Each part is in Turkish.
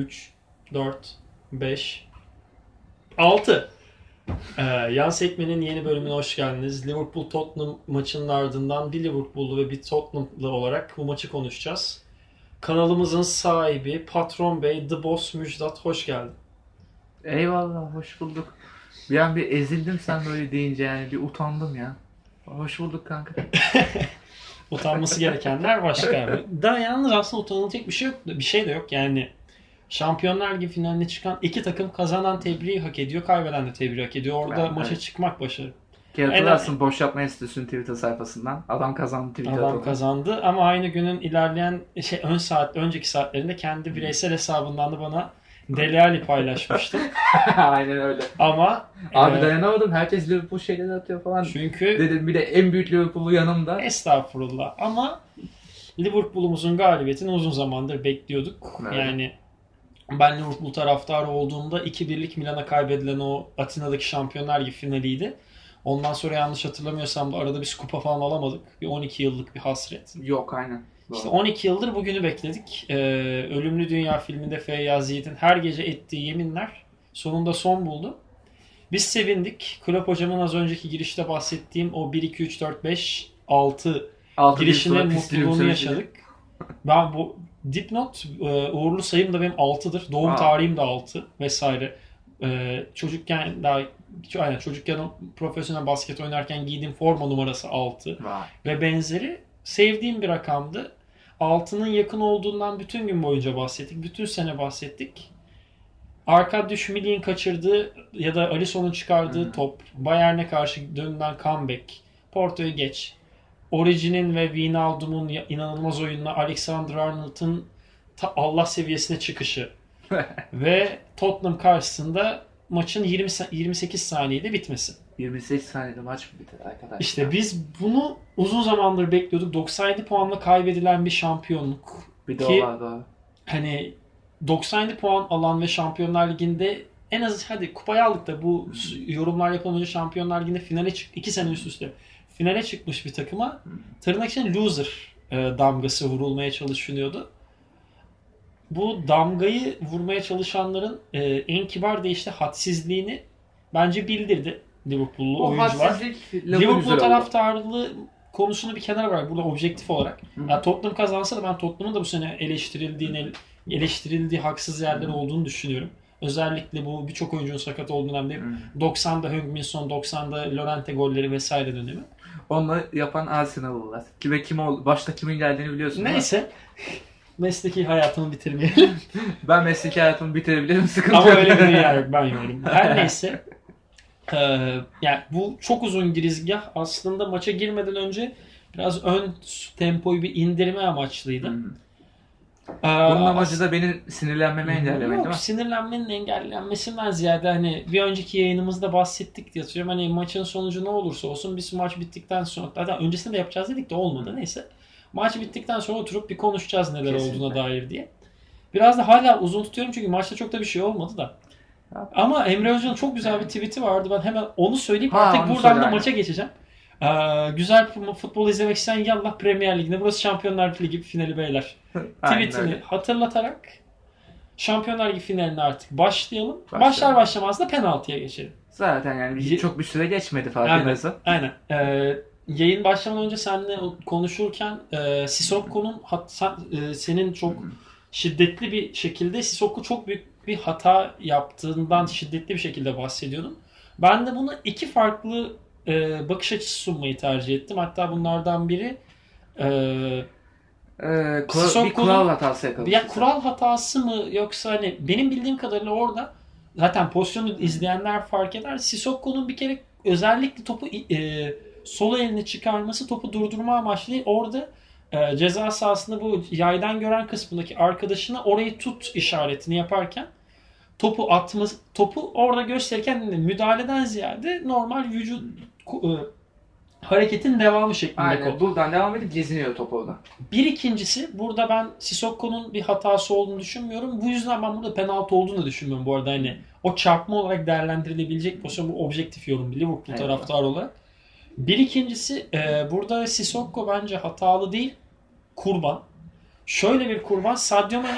3, 4, 5, 6. Yan Sekme'nin yeni bölümüne hoş geldiniz. Liverpool-Tottenham maçının ardından bir Liverpool'lu ve bir Tottenham'lı olarak bu maçı konuşacağız. Kanalımızın sahibi, Patron Bey, The Boss Müjdat, hoş geldin. Eyvallah, hoş bulduk. Bir an bir ezildim sen böyle deyince, yani bir utandım ya. Hoş bulduk kanka. Utanması gerekenler başka. Da yalnız aslında utanılacak bir şey yok. Bir şey de yok yani. Şampiyonlar Ligi finaline çıkan iki takım kazanan tebriği hak ediyor, kaybeden de tebriği hak ediyor. Orada maça çıkmak başarı. Ki hatırlarsın Boş Yapma Enstitüsü'nün Twitter sayfasından. Adam kazandı Twitter'da. Adam kazandı ama aynı günün ilerleyen önceki saatlerinde kendi bireysel hesabından da bana Dele Alli paylaşmıştı. Aynen öyle. Ama abi dayanamadım. Herkes Liverpool şeyleri atıyor falan. Çünkü dedim bir de en büyük Liverpool'u yanımda. Estağfurullah. Ama Liverpool'umuzun galibiyetini uzun zamandır bekliyorduk. Evet. Yani ben Liverpool taraftarı olduğumda 2-1'lik Milan'a kaybedilen o Atina'daki Şampiyonlar Ligi finaliydi. Ondan sonra yanlış hatırlamıyorsam da arada bir kupa falan alamadık. Bir 12 yıllık bir hasret. Yok, aynen. İşte 12 yıldır bugünü bekledik. Ölümlü Dünya filminde Feyyaz Yiğit'in her gece ettiği yeminler sonunda son buldu. Biz sevindik. Klopp hocamın az önceki girişte bahsettiğim o 1-2-3-4-5-6 girişinin mutluluğunu yaşadık. Ben bu dipnot, uğurlu sayım da benim 6'dır. Doğum tarihim de 6 vesaire. Çocukken profesyonel basket oynarken giydiğim forma numarası 6 ve benzeri sevdiğim bir rakamdı. 6'nın yakın olduğundan bütün gün boyunca bahsettik. Bütün sene bahsettik. Arkadiusz Milik'in kaçırdığı ya da Alisson'un çıkardığı top, Bayern'e karşı dönülen comeback, Porto'yu geç. Origi'nin ve Wijnaldum'un inanılmaz oyununa Alexander-Arnold'un Allah seviyesine çıkışı ve Tottenham karşısında maçın 28 saniyede bitmesi. 28 saniyede maç mı biter arkadaşlar? İşte biz bunu uzun zamandır bekliyorduk. 97 puanla kaybedilen bir şampiyonluk. Bir de o vardı abi. Hani 97 puan alan ve Şampiyonlar Ligi'nde en az hadi kupayı aldık da bu yorumlar yapılmadan önce Şampiyonlar Ligi'nde finale 2 sene üst üste finale çıkmış bir takıma tırnak için loser damgası vurulmaya çalışılıyordu. Bu damgayı vurmaya çalışanların en kibar deyişle hadsizliğini bence bildirdi Liverpool'lu oyuncular. Liverpool taraftarlığı konusunu bir kenara bırak. Burada objektif olarak. Yani Tottenham kazansa da ben Tottenham'ın da bu sene eleştirildiği haksız yerler olduğunu düşünüyorum. Özellikle bu birçok oyuncunun sakat olduğu dönemde 90'da Heung-min Son, 90'da Llorente golleri vesaire dönemi. Onu yapan Arsenal'lılar. Başta kimin geldiğini biliyorsun. Neyse. Mesleki hayatımı bitirmeyelim. Ben mesleki hayatımı bitirebilirim, sıkıntı yok. Ama yok. öyle bir dünya yok, ben yorum. Her neyse. Yani bu çok uzun girizgah aslında maça girmeden önce biraz ön tempoyu bir indirme amaçlıydı. Bunun amacı da benim sinirlenmemi engellemek değil mi? Sinirlenmenin engellenmesinden ziyade hani bir önceki yayınımızda bahsettik diye hatırlıyorum. Hani maçın sonucu ne olursa olsun biz maç bittikten sonra hatta öncesinde de yapacağız dedik de olmadı. Neyse. Maç bittikten sonra oturup bir konuşacağız neler olduğuna dair diye. Biraz da hala uzun tutuyorum çünkü maçta çok da bir şey olmadı da. Ama Emre Hoca'nın çok güzel bir tweet'i vardı. Ben hemen onu söyleyip artık buradan da maça geçeceğim. Güzel futbol izlemek isteyen yallah Premier Lig'de. Burası Şampiyonlar Ligi finali beyler. Tweet'ini hatırlatarak Şampiyonlar Ligi finaline artık başlayalım. Başlar başlamaz da penaltıya geçelim. Zaten yani çok bir süre geçmedi farkındaysa. Aynen. Yayın başlamadan önce seninle konuşurken Sissoko'nun senin çok şiddetli bir şekilde Sissoko çok büyük bir hata yaptığından şiddetli bir şekilde bahsediyordun. Ben de bunu iki farklı bakış açısı sunmayı tercih ettim. Hatta bunlardan biri bir kural hatası yakalamış. Ya kural hatası mı yoksa hani benim bildiğim kadarıyla orada zaten pozisyonu izleyenler fark eder. Sissoko'nun bir kere özellikle topu sol elini çıkarması topu durdurma amaçlı değil. Orada ceza sahasında bu yaydan gören kısmındaki arkadaşına orayı tut işaretini yaparken topu orada gösterirken müdahaleden ziyade normal vücut hareketin devamı şeklinde. Aynen. Buradan devam edip geziniyor top orada. Bir ikincisi burada ben Sissoko'nun bir hatası olduğunu düşünmüyorum. Bu yüzden ben burada penaltı olduğunu da düşünmüyorum bu arada. Hani o çarpma olarak değerlendirilebilecek pozisyon, bu objektif yorum Liverpool taraftarı olarak. Bir ikincisi burada Sissoko bence hatalı değil, kurban. Şöyle bir kurban, Sadio Mane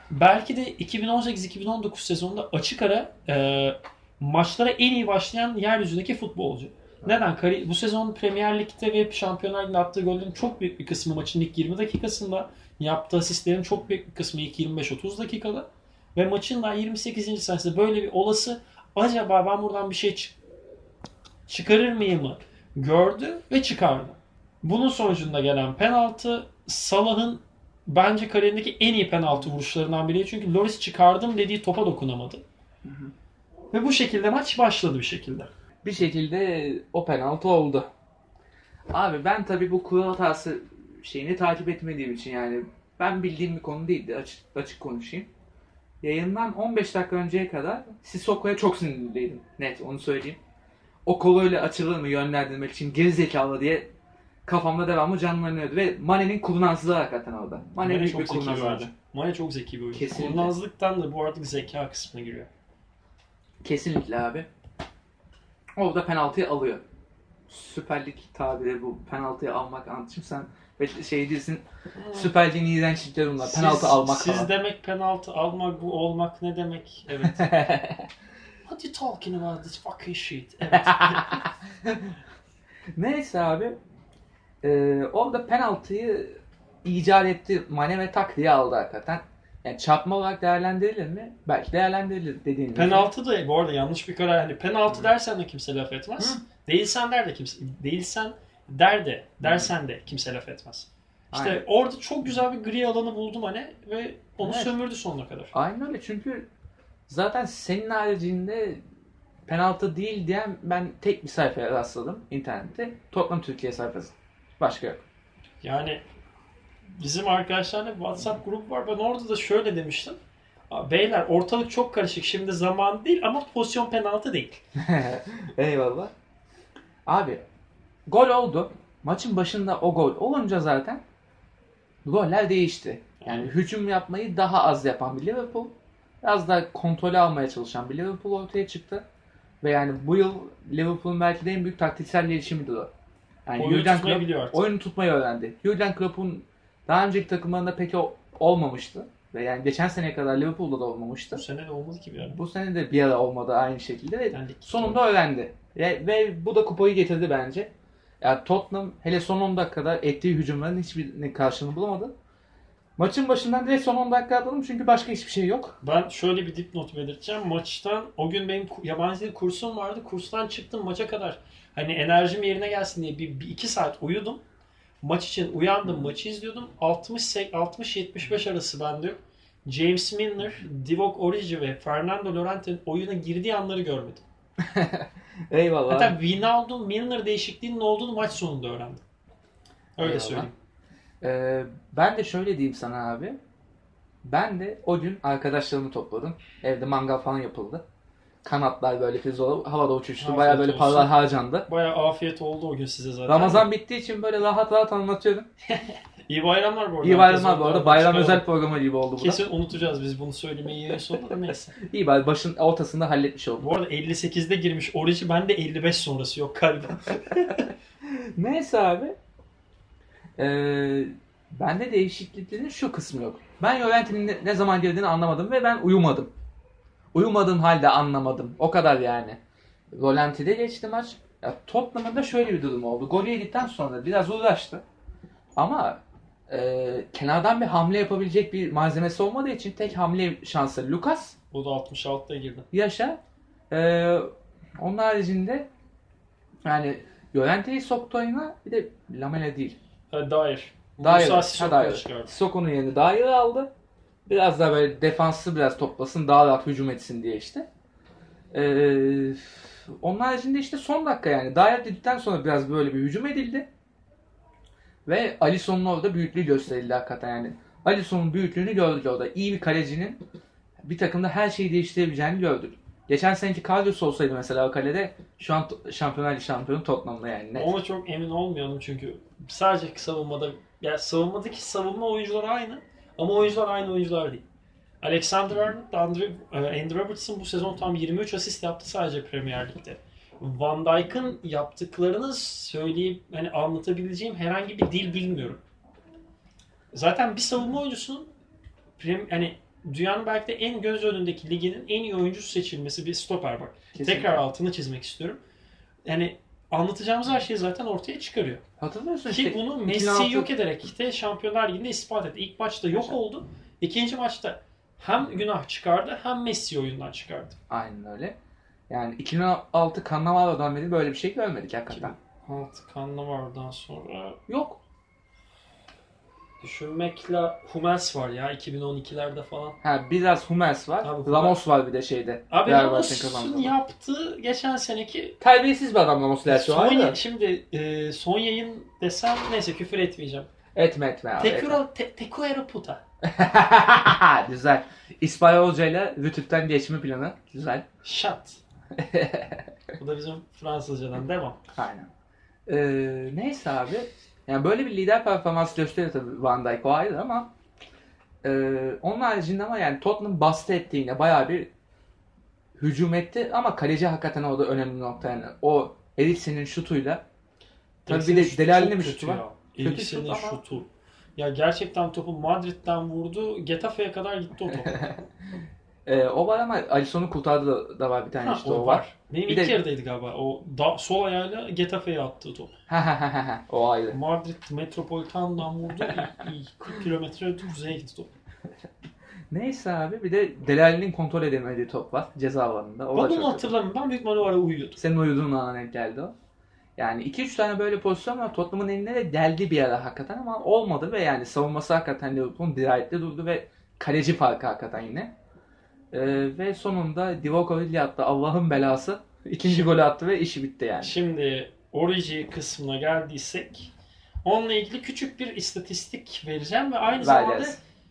belki de 2018-2019 sezonunda açık ara maçlara en iyi başlayan yeryüzündeki futbolcu. Neden? Bu sezon Premier Lig'de ve Şampiyonlar Ligi'nde attığı gollerin çok büyük bir kısmı maçın ilk 20 dakikasında, yaptığı asistlerin çok büyük bir kısmı ilk 25-30 dakikada ve maçın da 28. saniyesinde böyle bir olası acaba ben buradan bir şey çıkarır mıyımı gördü ve çıkardı. Bunun sonucunda gelen penaltı Salah'ın bence kariyerindeki en iyi penaltı vuruşlarından biri. Çünkü Lloris çıkardım dediği topa dokunamadı. Hı hı. Ve bu şekilde maç başladı bir şekilde. Bir şekilde o penaltı oldu. Abi ben tabii bu kural hatası şeyini takip etmediğim için yani ben bildiğim bir konu değildi. Açık konuşayım. Yayından 15 dakika önceye kadar Sissoko'ya çok sinirliydim. Net onu söyleyeyim. O kolu öyle açılır mı yönlendirmek için gerizekalı diye kafamda devamlı canlanıyordu. Ve Mane'nin kurnazlığı hakikaten orada. Mane büyük bir kurnazlığı. Mane çok zeki bir oyuncu. Kesinlikle. Kurnazlıktan da bu artık zeka kısmına giriyor. Kesinlikle abi. Orada penaltıyı alıyor. Süper Lig tabiri bu. Penaltıyı almak anlatayım sen. Ve şey diyorsun Süper Lig'in iğrençlikleri bunlar. Penaltı almak siz falan. demek penaltı almak bu olmak ne demek? Evet. What you talking about this fucking shit? Evet. Neyse abi. Orada penaltıyı icat etti Mane ve tak diye aldı hakikaten. Yani çarpma olarak değerlendirilir mi? Belki değerlendirilir dediğin gibi. Penaltı da bu arada yanlış bir karar. Yani penaltı dersen de kimse laf etmez. Değilsen der de kimse değilsen dersen de kimse laf etmez. İşte aynen. Orada çok güzel bir gri alanı buldum hani ve onu sömürdü sonuna kadar. Aynen öyle çünkü zaten senin haricinde penaltı değil diyen ben tek bir sayfaya rastladım internette. Tottenham Türkiye sayfası. Başka yok. Yani bizim arkadaşlarla bir WhatsApp grubu var. Ben orada da şöyle demiştim. Beyler ortalık çok karışık. Şimdi zaman değil ama pozisyon penaltı değil. Eyvallah. Abi gol oldu. Maçın başında o gol olunca zaten goller değişti. Yani hücum yapmayı daha az yapan bir Liverpool, biraz daha kontrolü almaya çalışan bir Liverpool ortaya çıktı. Ve yani bu yıl Liverpool'un belki de en büyük taktiksel gelişimidir o. Yani oyunu tutmayı öğrendi. Jurgen Klopp'un daha önceki takımlarında pek olmamıştı. Ve yani geçen seneye kadar Liverpool'da da olmamıştı. Bu sene de olmadı ki bir ara. Bu sene de bir ara olmadı aynı şekilde ve sonunda öğrendi. Ve bu da kupayı getirdi bence. Yani Tottenham hele son 10 dakikada ettiği hücumların hiçbirinin karşılığını bulamadı. Maçın başından direkt son 10 dakika atladım çünkü başka hiçbir şey yok. Ben şöyle bir dipnot belirteceğim. Maçtan o gün benim yabancı dil kursum vardı. Kurstan çıktım maça kadar. Hani enerjim yerine gelsin diye bir 2 saat uyudum. Maç için uyandım, maçı izliyordum. 60-75 arası bende. James Milner, Divock Origi ve Fernando Llorente'nin oyuna girdiği anları görmedim. Eyvallah. Hatta Wijnaldum Milner değişikliğinin olduğunu maç sonunda öğrendim. Öyle eyvallah. Söyleyeyim. Ben de şöyle diyeyim sana abi. Ben de o gün arkadaşlarımı topladım. Evde mangal falan yapıldı. Kanatlar böyle pirzola havada uçuştu. Baya böyle paralar harcandı. Baya afiyet oldu o gün size zaten. Ramazan bittiği için böyle rahat rahat anlatıyorum. İyi bayramlar bu arada. İyi bayramlar bu arada. Bayram özel programı gibi oldu bu da. Kesin unutacağız biz bunu söylemeyi yayın sonunda da neyse. İyi bari başın ortasında halletmiş olduk. Bu arada 58'de girmiş Origi, ben de 55 sonrası yok galiba. Neyse abi. Bende değişikliklerin şu kısmı yok. Ben Llorente'nin ne zaman girdiğini anlamadım ve ben uyumadım. Uyumadığım halde anlamadım. O kadar yani. Llorente'de geçti maç. Ya Tottenham'ın da şöyle bir durum oldu. Golü yedikten sonra biraz uğraştı. Ama kenardan bir hamle yapabilecek bir malzemesi olmadığı için tek hamle şansı Lucas. O da 66'da girdi. Yaşa. Onun haricinde yani Llorente'yi soktu oyuna, bir de Lamela değil. Dair. Sissoko'nun yerini Dair aldı. Biraz daha böyle defansı biraz toplasın, daha rahat hücum etsin diye işte. Onun haricinde işte son dakika yani Dair dedikten sonra biraz böyle bir hücum edildi. Ve Alisson'un orada büyüklüğü gösterildi hakikaten yani. Alisson'un büyüklüğünü gördük orada. İyi bir kalecinin bir takımda her şeyi değiştirebileceğini gördük. Geçen seneki Karius olsaydı mesela o kalede şu an Şampiyonlar Ligi şampiyonu Tottenham'da yani. Net. Ona çok emin olmayalım çünkü sadece savunmada, yani savunmadaki savunma oyuncuları aynı ama oyuncular aynı oyuncular değil. Alexander-Arnold, Andy Robertson bu sezon tam 23 asist yaptı sadece Premier Lig'de. Van Dijk'ın yaptıklarını söyleyip hani anlatabileceğim herhangi bir dil bilmiyorum. Zaten bir savunma oyuncusunun hani dünyanın belki de en göz önündeki liginin en iyi oyuncusu seçilmesi bir stoper bak. Kesinlikle. Tekrar altını çizmek istiyorum. Yani anlatacağımız her şeyi zaten ortaya çıkarıyor. Hatırlıyorsun Ki işte. bunu Messi 2006 yok ederek de Şampiyonlar Ligi'nde ispat etti. İlk maçta yok oldu. İkinci maçta hem günah çıkardı hem Messi oyundan çıkardı. Aynen öyle. Yani 2006 Cannavaro'dan beri böyle bir şey görmedik hakikaten. 2006 Cannavaro'dan sonra Yok. düşünmekle Hummels var ya 2012'lerde falan. Ha, biraz Hummels var. Abi, Ramos var bir de şeyde. Abi Real Ramos'un Madrid'in kazandığı. yaptığı geçen seneki Terbiyesiz bir adam Ramos Lerço var da. şimdi son yayın desem neyse küfür etmeyeceğim. Etme abi. Tekuero puta. Güzel. İspanyolca ile Rütük'ten geçme planı. Güzel. Şat. Bu da bizim Fransızcadan devam. Aynen. Neyse abi. Yani böyle bir lider performans gösteriyor tabii Van Dijk, o ayrı ama onun haricinde ama yani Tottenham bastı ettiğinde bayağı bir hücum etti ama kaleci hakikaten orada önemli nokta yani. O Eriksen'in şutuyla tabii bir de Dele Alli'nin bir şutu var. Eriksen'in şutu. Ya gerçekten topu Madrid'den vurdu. Getafe'ye kadar gitti o top. O var ama Alisson'u kurtardı da var bir tane işte o var. Benim bir ilk de... yarıdaydı galiba. O sol ayağıyla Getafe'ye attığı top. O ayrı. Madrid Metropolitan'dan vurdu. 40 kilometre kuzeye gitti top. Neyse abi bir de Dele Alli'nin kontrol edemediği top var ceza alanında. Ben bunu hatırlamıyorum. Ben büyük ihtimalle o ara uyuyordum. Senin uyuduğun ana denk geldi o. Yani 2-3 tane böyle pozisyon var. Tottenham'ın eline de geldi bir ara hakikaten ama olmadı ve yani savunması hakikaten Liverpool'un dirayetli durdu ve kaleci farkı hakikaten yine. Ve sonunda Divock Origi attı. Allah'ın belası. İkinci golü attı ve işi bitti yani. Şimdi Origi kısmına geldiysek onunla ilgili küçük bir istatistik vereceğim ve aynı zamanda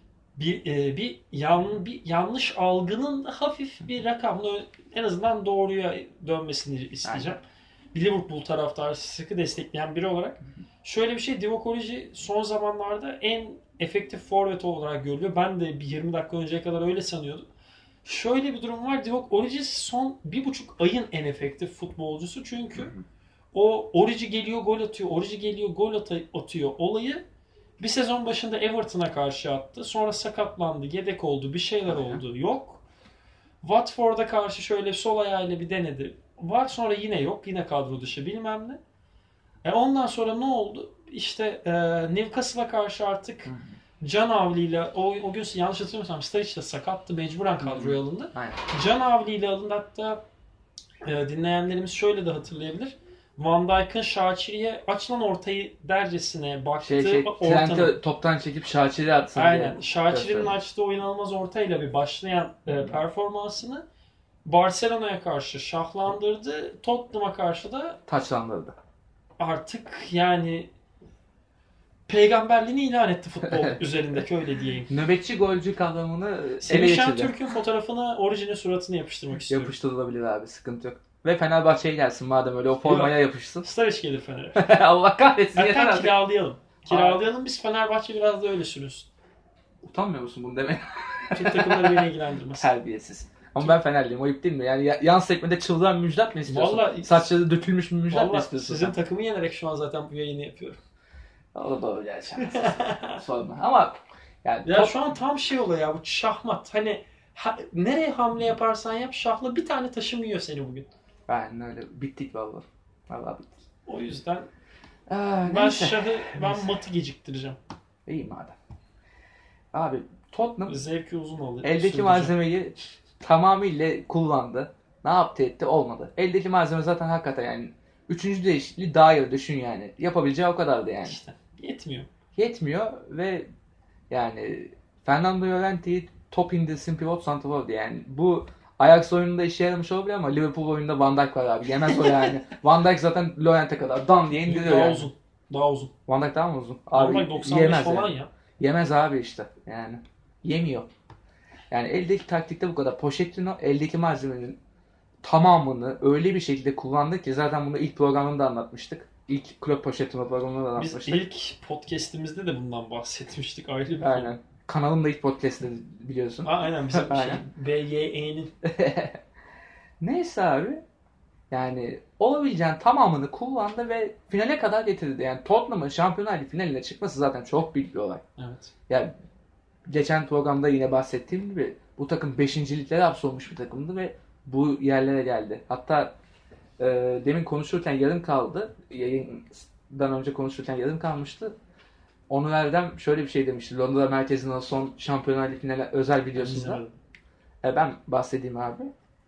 bir yanlış algının hafif bir rakamla en azından doğruya dönmesini isteyeceğim. Bir Liverpool taraftarı sıkı destekleyen biri olarak şöyle bir şey, Divock Origi son zamanlarda en efektif forvet olarak görülüyor. Ben de bir 20 dakika önceye kadar öyle sanıyordum. Şöyle bir durum var. Divock Origi son 1,5 ayın en efektif futbolcusu. Çünkü o Origi geliyor gol atıyor, Origi geliyor gol atıyor olayı bir sezon başında Everton'a karşı attı. Sonra sakatlandı, yedek oldu, bir şeyler oldu. Yok. Watford'a karşı şöyle sol ayağıyla bir denedi. Var, sonra yine yok. Yine kadro dışı bilmem ne. Ondan sonra ne oldu? İşte Newcastle'a karşı artık Can Avli ile o gün yanlış hatırlamıyorsam Sturridge de sakattı. Mecburen kadroya alındı. Can Avli ile alındı. Hatta dinleyenlerimiz şöyle de hatırlayabilir. Van Dijk'ın Şakir'e açılan ortayı dercesine baktığı ortanın toptan çekip Şakir'e atsın. Aynen. Şakir'in açtığı o inanılmaz ortayla bir başlayan performansını Barcelona'ya karşı şahlandırdı. Tottenham'a karşı da taçlandırdı. Artık yani peygamberliğini ilan etti futbol üzerindeki, öyle diyeyim. Nöbetçi golcü kavramını ele geçirdi. Semih Şentürk'ün fotoğrafına Origi'nin suratını yapıştırmak istiyorum. Yapıştırılabilir abi, sıkıntı yok. Ve Fenerbahçe'ye gelsin madem öyle, o formaya yapışsın. Sturridge gelir Fener'e. Allah kahretsin. Hatta kiralayalım. Kiralayalım biz, Fenerbahçe biraz da öyle sürünsün. Utanmıyor musun bunu demeye? Türk takımları beni ilgilendirmez. Terbiyesiz. Ama ben Fenerliyim, ayıp değil mi? Yani yan sekmede çıldıran Müjdat mı istiyorsun? Vallahi, saçları dökülmüş bir Müjdat mı istiyorsun? Sizin takımı yenerek şu an zaten bu yayını yapıyorum. O da öyle sorma. Ama yani ya şu an tam şey oluyor ya, bu şahmat. Hani nereye hamle yaparsan yap, şahla bir tane taşımıyor seni bugün. Aynen öyle. Bittik vallahi. Vallahi bittik. O yüzden ben matı geciktireceğim. İyi madem. Abi Tottenham zevki uzun oldu. Eldeki malzemeyi tamamıyla kullandı. Ne yaptı etti, olmadı. Eldeki malzeme zaten hakikaten yani 3. değişikliği daire düşün yani. Yapabileceği o kadardı yani. İşte yetmiyor. Yetmiyor ve yani Fernando Llorenti'yi top indirsin pivot santrafor diye yani. Bu Ajax oyununda işe yaramış olabilir ama Liverpool oyununda Van Dijk var abi. Yemez o yani. Van Dijk zaten Llorente kadar dan diye indiriyor daha yani. Uzun. Daha uzun. Van Dijk daha mı uzun? Abi 95 yemez falan yani. Ya. Yemez abi işte yani. Yemiyor. Yani eldeki taktikte bu kadar. Pochettino eldeki malzemenin tamamını öyle bir şekilde kullandı ki zaten bunu ilk programında anlatmıştık. İlk Club Pochettino programında da anlatmıştık. Biz ilk podcast'imizde de bundan bahsetmiştik. Ayrı bir aynen. Konu. Kanalımda ilk podcast'te biliyorsun. Aynen bizim BYE'nin. Neyse abi. Yani olabileceğin tamamını kullandı ve finale kadar getirdi. Yani Tottenham'ın Şampiyonlar Ligi finaline çıkması zaten çok büyük bir olay. Evet. Yani geçen programda yine bahsettiğim gibi bu takım 5. hapsolmuş bir takımdı ve bu yerlere geldi. Hatta demin konuşurken yarım kaldı. Yayından önce konuşurken yarım kalmıştı. Onur Erdem şöyle bir şey demişti. Londra merkezinin son Şampiyonlar Ligi finali özel videosunda. Ben bahsedeyim abi.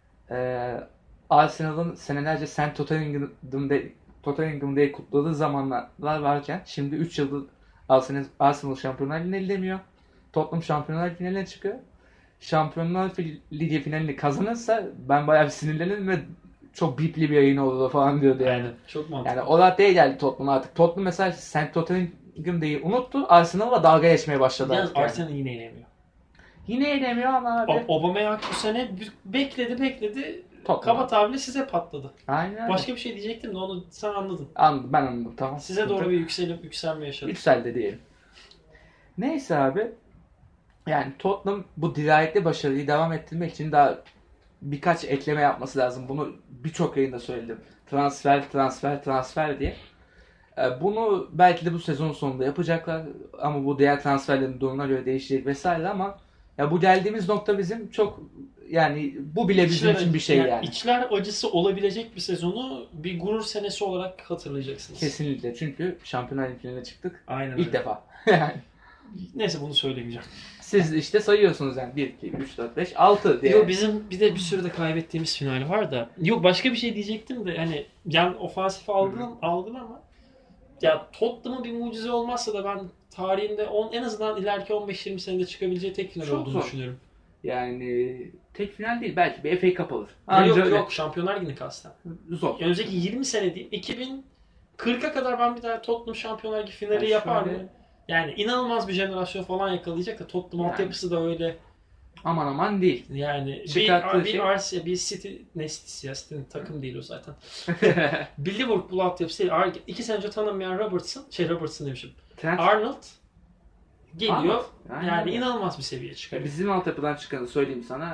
Arsenal'ın senelerce St. Tottenham'da kutladığı zamanlar varken şimdi 3 yıldır Arsenal Şampiyonlar Ligi'ni ellemiyor. Tottenham Şampiyonlar Ligi finaline çıkıyor. Şampiyonlar Ligi finalini kazanırsa ben bayağı bir sinirlenirim ve çok bipli bir yayın olur falan diyordu yani. Aynen. Çok mantıklı. Yani o raddeye geldi Tottenham artık. Tottenham mesela St. Tottenham'ı unuttu. Arsenal'la dalga geçmeye başladı. Yalnız Arsenal yine yenemiyor. Yine yenemiyor ama abi. Aubameyang bu sene bekledi. Tottenham. Kaba tabirle size patladı. Aynen. Başka bir şey diyecektim de onu sen anladın. Ben anladım, tamam. Size doğru bir yükselme yaşadı. Yükseldi diyelim. Neyse abi. Yani Tottenham bu dirayetli başarıyı devam ettirmek için daha birkaç ekleme yapması lazım. Bunu birçok yayında söyledim. Transfer diye. Bunu belki de bu sezon sonunda yapacaklar. Ama bu diğer transferlerin durumuna göre değişecek vesaire ama ya bu geldiğimiz nokta bizim çok yani bu bile bizim için bir şey yani. İçler acısı olabilecek bir sezonu bir gurur senesi olarak hatırlayacaksınız. Kesinlikle. Çünkü Şampiyonlar Ligi'ne çıktık. Aynen İlk öyle. defa. Neyse bunu söylemeyeceğim. Siz işte sayıyorsunuz yani 1, 2, 3, 4, 5, 6 diye. Yok bizim bir de bir sürü de kaybettiğimiz final var da. Yok başka bir şey diyecektim de hani yani ofansif algılama. Ya Tottenham'ın bir mucize olmazsa da ben tarihinde en azından ileriki 15-20 senede çıkabileceği tek final Çok olduğunu zor. düşünüyorum. Yani tek final değil belki bir FA Cup alır. Yok Şampiyonlar Ligi'ni kasten. Zor. Önümüzdeki 20 sene değil 2040'a kadar ben bir daha Tottenham Şampiyonlar Ligi finali yapar mı? Yani inanılmaz bir jenerasyon falan yakalayacak da Tottenham altyapısı da öyle. Aman değil. Yani bir City, ne City'si ya City'nin takım değil o zaten. Bir Liverpool altyapısı değil. 2 sene önce tanınmayan Robertson demişim. Arnold geliyor. Yani inanılmaz bir seviye çıkıyor. Bizim altyapıdan çıkanı söyleyeyim sana.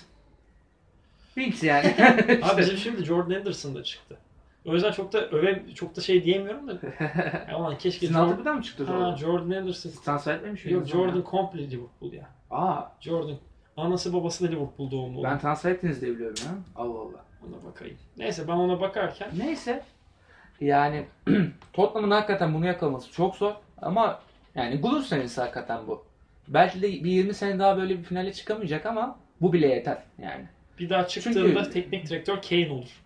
Winks yani. Abi bizim şimdi Jordan Henderson da çıktı. O yüzden çok da şey diyemiyorum da. Aman keşke Sizin altyapıdan mı çıktı Jordan? Jordan Henderson. Transfer etmemiş Yok Jordan komple Liverpool ya. Jordan. Anası babası da Liverpool doğumlu. Ben transfer ettiniz diye biliyorum ya. Allah. Ona bakayım. Neyse ben ona bakarken. Neyse. Yani Tottenham'ın hakikaten bunu yakalaması çok zor. Ama yani gurur senesi hakikaten bu. Belki de bir 20 sene daha böyle bir finale çıkamayacak ama bu bile yeter yani. Bir daha çıktığında teknik direktör Kane olur.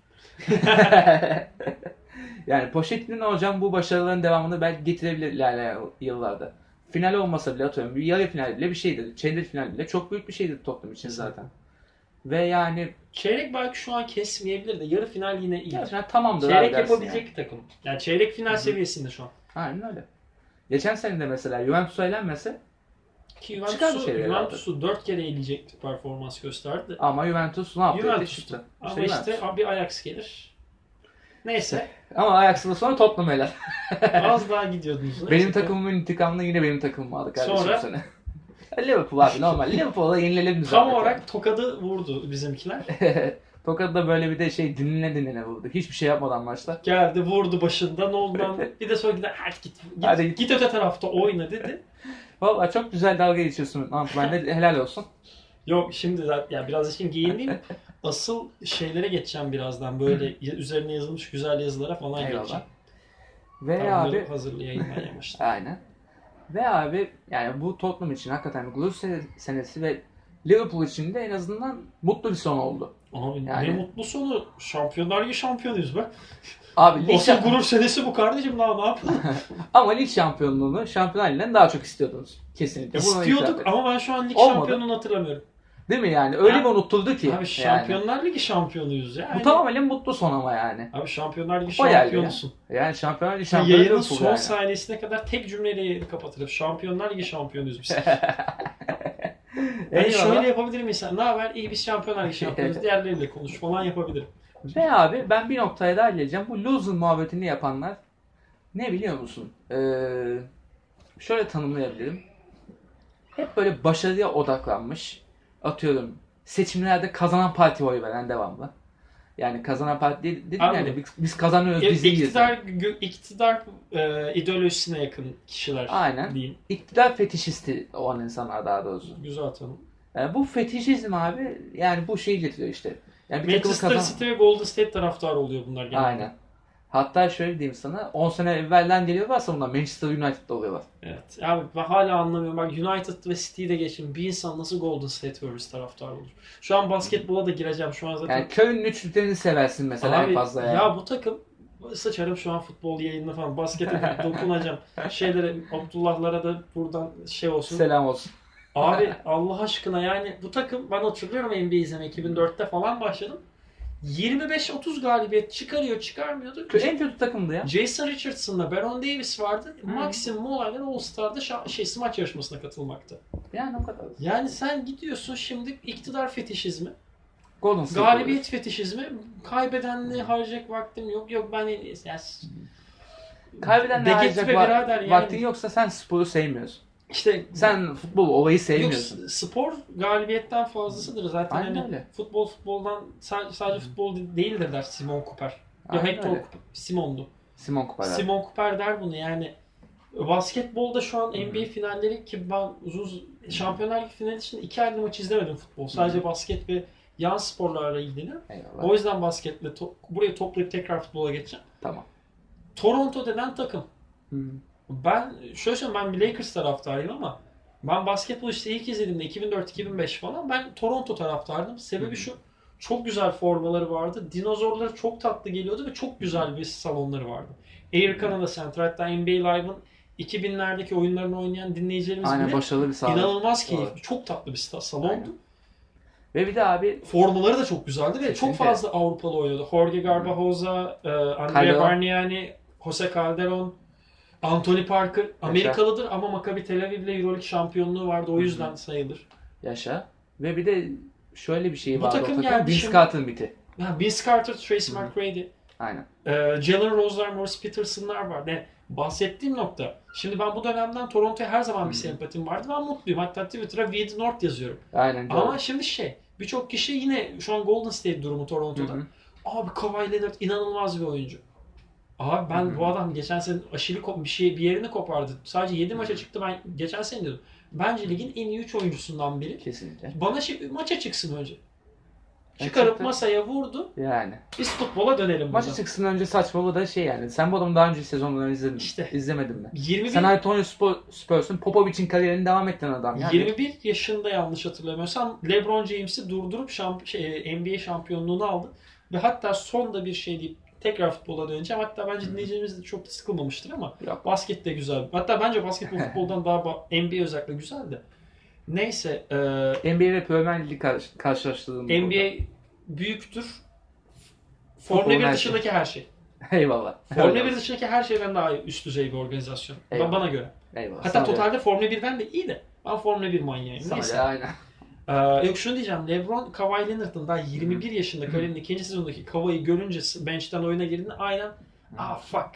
Yani Pochettino hocam bu başarıların devamını belki getirebilir ilerleyen yıllarda. Final olmasa bile atıyorum bir yarı final bile bir şeydir. Çeyrek final bile çok büyük bir şeydir Tottenham için zaten. Ve yani çeyrek belki şu an kesmeyebilir de yarı final yine iyi. Tamamdır. Çeyrek yapabilecek bir takım. Yani çeyrek final seviyesinde şu an. Aynen öyle. Geçen sene de mesela Juventus'a elenmese ki Juventus'u 4 kere eleyecek bir performans gösterdi. Ama Juventus ne yaptı? Juventus'tu. Ama işte bir Ajax gelir. Neyse. Ama Ajax'ın sonra Tottenham eler. Az daha gidiyordunuz. Benim takımımın intikamını yine benim takımım aldı kardeşim sonra... sene. Liverpool abi normal. Liverpool'a yenilelim biz. Tam olarak tokadı vurdu bizimkiler. Tokadı da böyle bir de dinlene vurdu. Hiçbir şey yapmadan maçta. Geldi vurdu başında ne oldu bir de sonra gider git öte tarafta oyna dedi. Valla çok güzel dalga geçiyorsun. Ben de helal olsun. Yok şimdi zaten yani biraz için giyineyim. Asıl şeylere geçeceğim birazdan. Böyle üzerine yazılmış güzel yazılara falan geçeceğim. Ve abi hazırlayayım ben yavaştan. Aynen. Ve abi yani bu Tottenham için hakikaten gurur senesi ve Liverpool için de en azından mutlu bir son oldu. Abi yani... ne mutlu sonu. Şampiyonlar Ligi şampiyonuyuz be. Abi asıl gurur senesi bu kardeşim daha ne yapalım? Ama lig şampiyonluğunu Şampiyonlar Ligi'nden daha çok istiyordunuz. Kesinlikle. İstiyorduk ama ben şu an lig şampiyonluğunu hatırlamıyorum. Değil mi yani? Öyle bir unutuldu ki. Abi Şampiyonlar Ligi şampiyonuyuz ya. Bu tamamen mutlu son ama yani. Abi Şampiyonlar Ligi şampiyonusun. Yani Şampiyonlar Ligi şampiyonu. Yayının son saniyesine kadar tek cümleyle yayını kapatırım. Şampiyonlar Ligi şampiyonuyuz biz. Yani şöyle yapabilir miyiz? Ne haber? İyi biz Şampiyonlar Ligi şampiyonuz. Diğerleriyle konuş falan yapabilirim. Ve abi ben bir noktaya daha geleceğim. Bu loser muhabbetini yapanlar ne biliyor musun? Şöyle tanımlayabilirim. Hep böyle başarıya odaklanmış. Atıyorum seçimlerde kazanan partiye oy veren devamlı. Yani kazanan parti değil, dedim Anladım. yani biz kazanıyoruz, biz iyiyiz. İktidar ideolojisine yakın kişiler Aynen. diyeyim. İktidar fetişisti olan insanlar daha doğrusu. Güzel tanım. Bu fetişizm abi yani bu şeyi getiriyor işte. Yani bir takımı Manchester City ve Golden State taraftarı oluyor bunlar genelde. Aynen. Hatta şöyle diyeyim sana 10 sene evvelden geliyorlarsa bunlar Manchester United'da oluyorlar. Evet. Abi ben hala anlamıyorum. Bak United ve City'yi de geçin. Bir insan nasıl Golden State Warriors taraftarı olur? Şu an basketbola da gireceğim. Şu an zaten... Yani köyün üçlüklerini seversin mesela abi, en fazla yani. Ya bu takım sıçarım şu an futbol yayınına falan. Baskete dokunacağım. Şeylere, Abdullah'lara da buradan şey olsun. Selam olsun. Abi Allah aşkına yani bu takım ben hatırlıyorum NBA izleme 2004'te falan başladım. 25-30 galibiyet çıkarmıyordu. En kötü takımdı ya. Jason Richardson'la Baron Davis vardı. Maksimum olaylar All-Star'da smaç yarışmasına katılmaktı. Yani o kadar. Yani sen gidiyorsun şimdi iktidar fetişizmi, Golden State galibiyet fetişizmi, kaybedenle harcayacak vaktim yok ben en iyisi. Yani, kaybedenle harcayacak yani, vaktin yoksa sen sporu sevmiyorsun. İşte sen futbol olayı sevmiyorsun. Yok, spor galibiyetten fazlasıdır zaten. Aynen hani öyle. futboldan sadece futbol değildir der Simon Cooper. Ya Hector Simon'du. Simon Cooper. Simon Cooper der bunu yani. Basketbolda şu an NBA finalleri ki ben Şampiyonlar Ligi finali için 2 ayrı maç izlemedim futbol. Sadece basket ve yan sporlarla ilgileniyorum. O yüzden basketle buraya toplayıp tekrar futbola geçeceğim. Tamam. Toronto denen takım. Ben şöyle söyleyeyim ben bir Lakers taraftarıyım ama ben basketbol işte ilk izlediğimde 2004-2005 falan ben Toronto taraftardım. Sebebi şu çok güzel formaları vardı. Dinozorları çok tatlı geliyordu ve çok güzel bir salonları vardı. Air Canada Center hatta NBA Live'ın 2000'lerdeki oyunlarını oynayan dinleyicilerimiz aynen, bile başarılı bir salon. İnanılmaz keyifli. Çok tatlı bir salondu. Aynen. Ve bir de abi formaları da çok güzeldi ve kesinlikle. çok fazla Avrupalı oynuyordu. Jorge Garbajosa, Andrea Bargnani, Jose Calderon, Anthony Parker Amerikalıdır ama Maccabi Tel Aviv'le EuroLeague şampiyonluğu vardı. O yüzden sayılır. Yaşa. Ve bir de şöyle bir şey Bu vardı. takım geldi Vince şimdi. Carter'ın biti. Vince Carter, Tracy McGrady. Aynen. Jalen Rose'lar, Maurice Peterson'lar var. Yani bahsettiğim nokta. Şimdi ben bu dönemden Toronto'ya her zaman bir sempatim vardı. Ben mutluyum. Hatta Twitter'a We the North yazıyorum. Aynen. Ama şimdi birçok kişi yine şu an Golden State durumu Toronto'da. Abi Kawhi Leonard inanılmaz bir oyuncu. Abi ben bu adam geçen sene aşili bir yerini kopardı. Sadece 7 maça çıktı. Ben geçen sene diyordum. Bence ligin en iyi 3 oyuncusundan biri. Kesinlikle. Bana maça çıksın önce. Çıkarıp masaya vurdu. Yani. Biz futbola dönelim. Maça çıksın önce saçmalığı da yani. Sen bu adamı daha önce sezonları izledin. İşte. İzlemedin mi? 21, San Antonio Spurs'un Popovic'in kariyerini devam ettiren adam. Yani. 21 yaşında yanlış hatırlamıyorsam LeBron James'i durdurup NBA şampiyonluğunu aldı. Ve hatta son da bir şey deyip tekrar futbola döneceğim. Hatta bence dinleyicilerimiz de çok da sıkılmamıştır ama basket de güzel. Hatta bence basketbol futboldan daha NBA özellikle güzeldi. Neyse. NBA ve Premier League karşılaştırdığımız NBA büyüktür. Formula 1 dışındaki her şey. Eyvallah. Formula 1 dışındaki her şeyden daha üst düzey bir organizasyon. Eyvallah. Bana göre. Eyvallah. Hatta totalde Formula 1'den de iyi de. Ben Formula 1 manyağıyım. Neyse. Aynen. Yok şunu diyeceğim. LeBron, Kawhi Leonard'ın daha 21 yaşında kariyerinin ikinci sezondaki Kawhi'yi görünce bench'ten oyuna girdiğinde aynen fuck.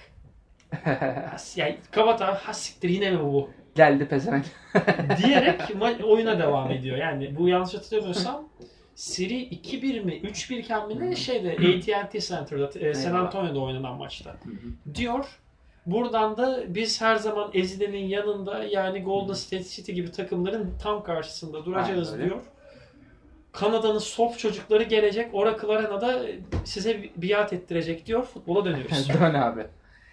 Yani kabata siktir yine mi bu? Geldi pezevenk. Diyerek oyuna devam ediyor. Yani bu yanlış hatırlamıyorsam seri 2-1 mi 3-1 iken mi ne AT&T Center'da San Antonio'da oynanan maçta. Diyor. Buradan da biz her zaman Ezide'nin yanında yani Golden State City gibi takımların tam karşısında duracağız diyor. Kanada'nın soft çocukları gelecek. Oracle Arena'da size biat ettirecek diyor. Futbola dönüyoruz. Dön abi.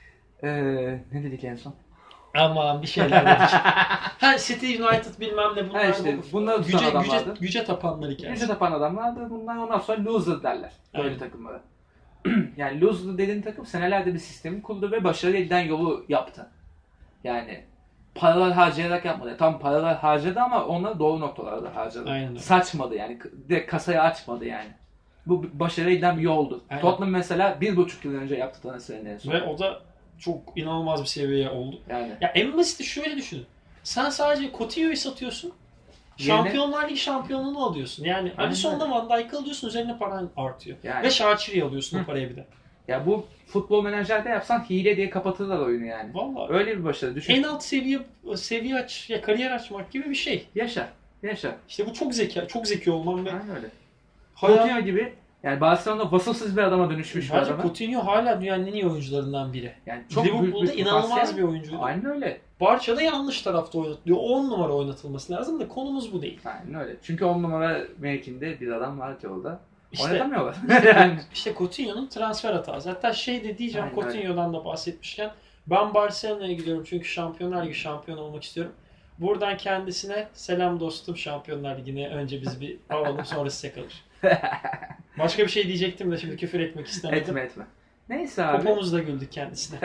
Ne dedik en son? Aman bir şeyler dedik. City United bilmem ne bunlar. Bunlar güce tapanlar hikayesi. Güce tapan adamlar bunlar ondan sonra loser derler. Böyle takımlara. Yani loser dediğin takım senelerde bir sistemi kurdu ve başarı eden yolu yaptı. Yani paralar harcayarak yapmadı. Tam paralar harcadı ama onları doğru noktalarda harcadı. Aynen. Saçmadı yani. Direkt kasayı açmadı yani. Bu başarı eden bir yoldu. Aynen. Tottenham mesela 1,5 yıl önce yaptı transferini en son. Ve o da çok inanılmaz bir seviyeye oldu. Yani. Ya en basiti şöyle düşünün. Sen sadece Coutinho'yu satıyorsun. Şampiyonlar Ligi şampiyonluğunu alıyorsun. Yani Alisson'da Van Dijk'ı alıyorsun üzerine paran artıyor. Yani. Ve Şakir'i alıyorsun o paraya bir de. Ya bu futbol menajerde yapsan hile diye kapatırlar oyunu yani. Vallahi. Öyle bir başarı. Düşün. En alt seviye kariyer açmak gibi bir şey. Yaşa. İşte bu çok zeki olman ve aynen öyle. Coutinho gibi Yani Barcelona vasıfsız bir adama dönüşmüş bir Bence adama. Coutinho hala dünyanın en iyi oyuncularından biri. Yani çok büyük Liverpool'da bir inanılmaz potansiyel. bir oyuncu. Aynen öyle. Barça'da yanlış tarafta oynatılıyor. 10 numara oynatılması lazım da konumuz bu değil. Aynen öyle. Çünkü 10 numara mevkinde bir adam var ki orada. İşte, Oynatamıyorlar. Yani. işte Coutinho'nun transfer hatası. Hatta şey de diyeceğim, Aynen öyle. Coutinho'dan da bahsetmişken ben Barcelona'ya gidiyorum çünkü Şampiyonlar Ligi şampiyonu olmak istiyorum. Buradan kendisine selam dostum, Şampiyonlar Ligi'ne önce biz bir alalım sonra size kalır. Başka bir şey diyecektim de şimdi küfür etmek istemedim. Etme. Neyse abi. Popomuzda güldük kendisine.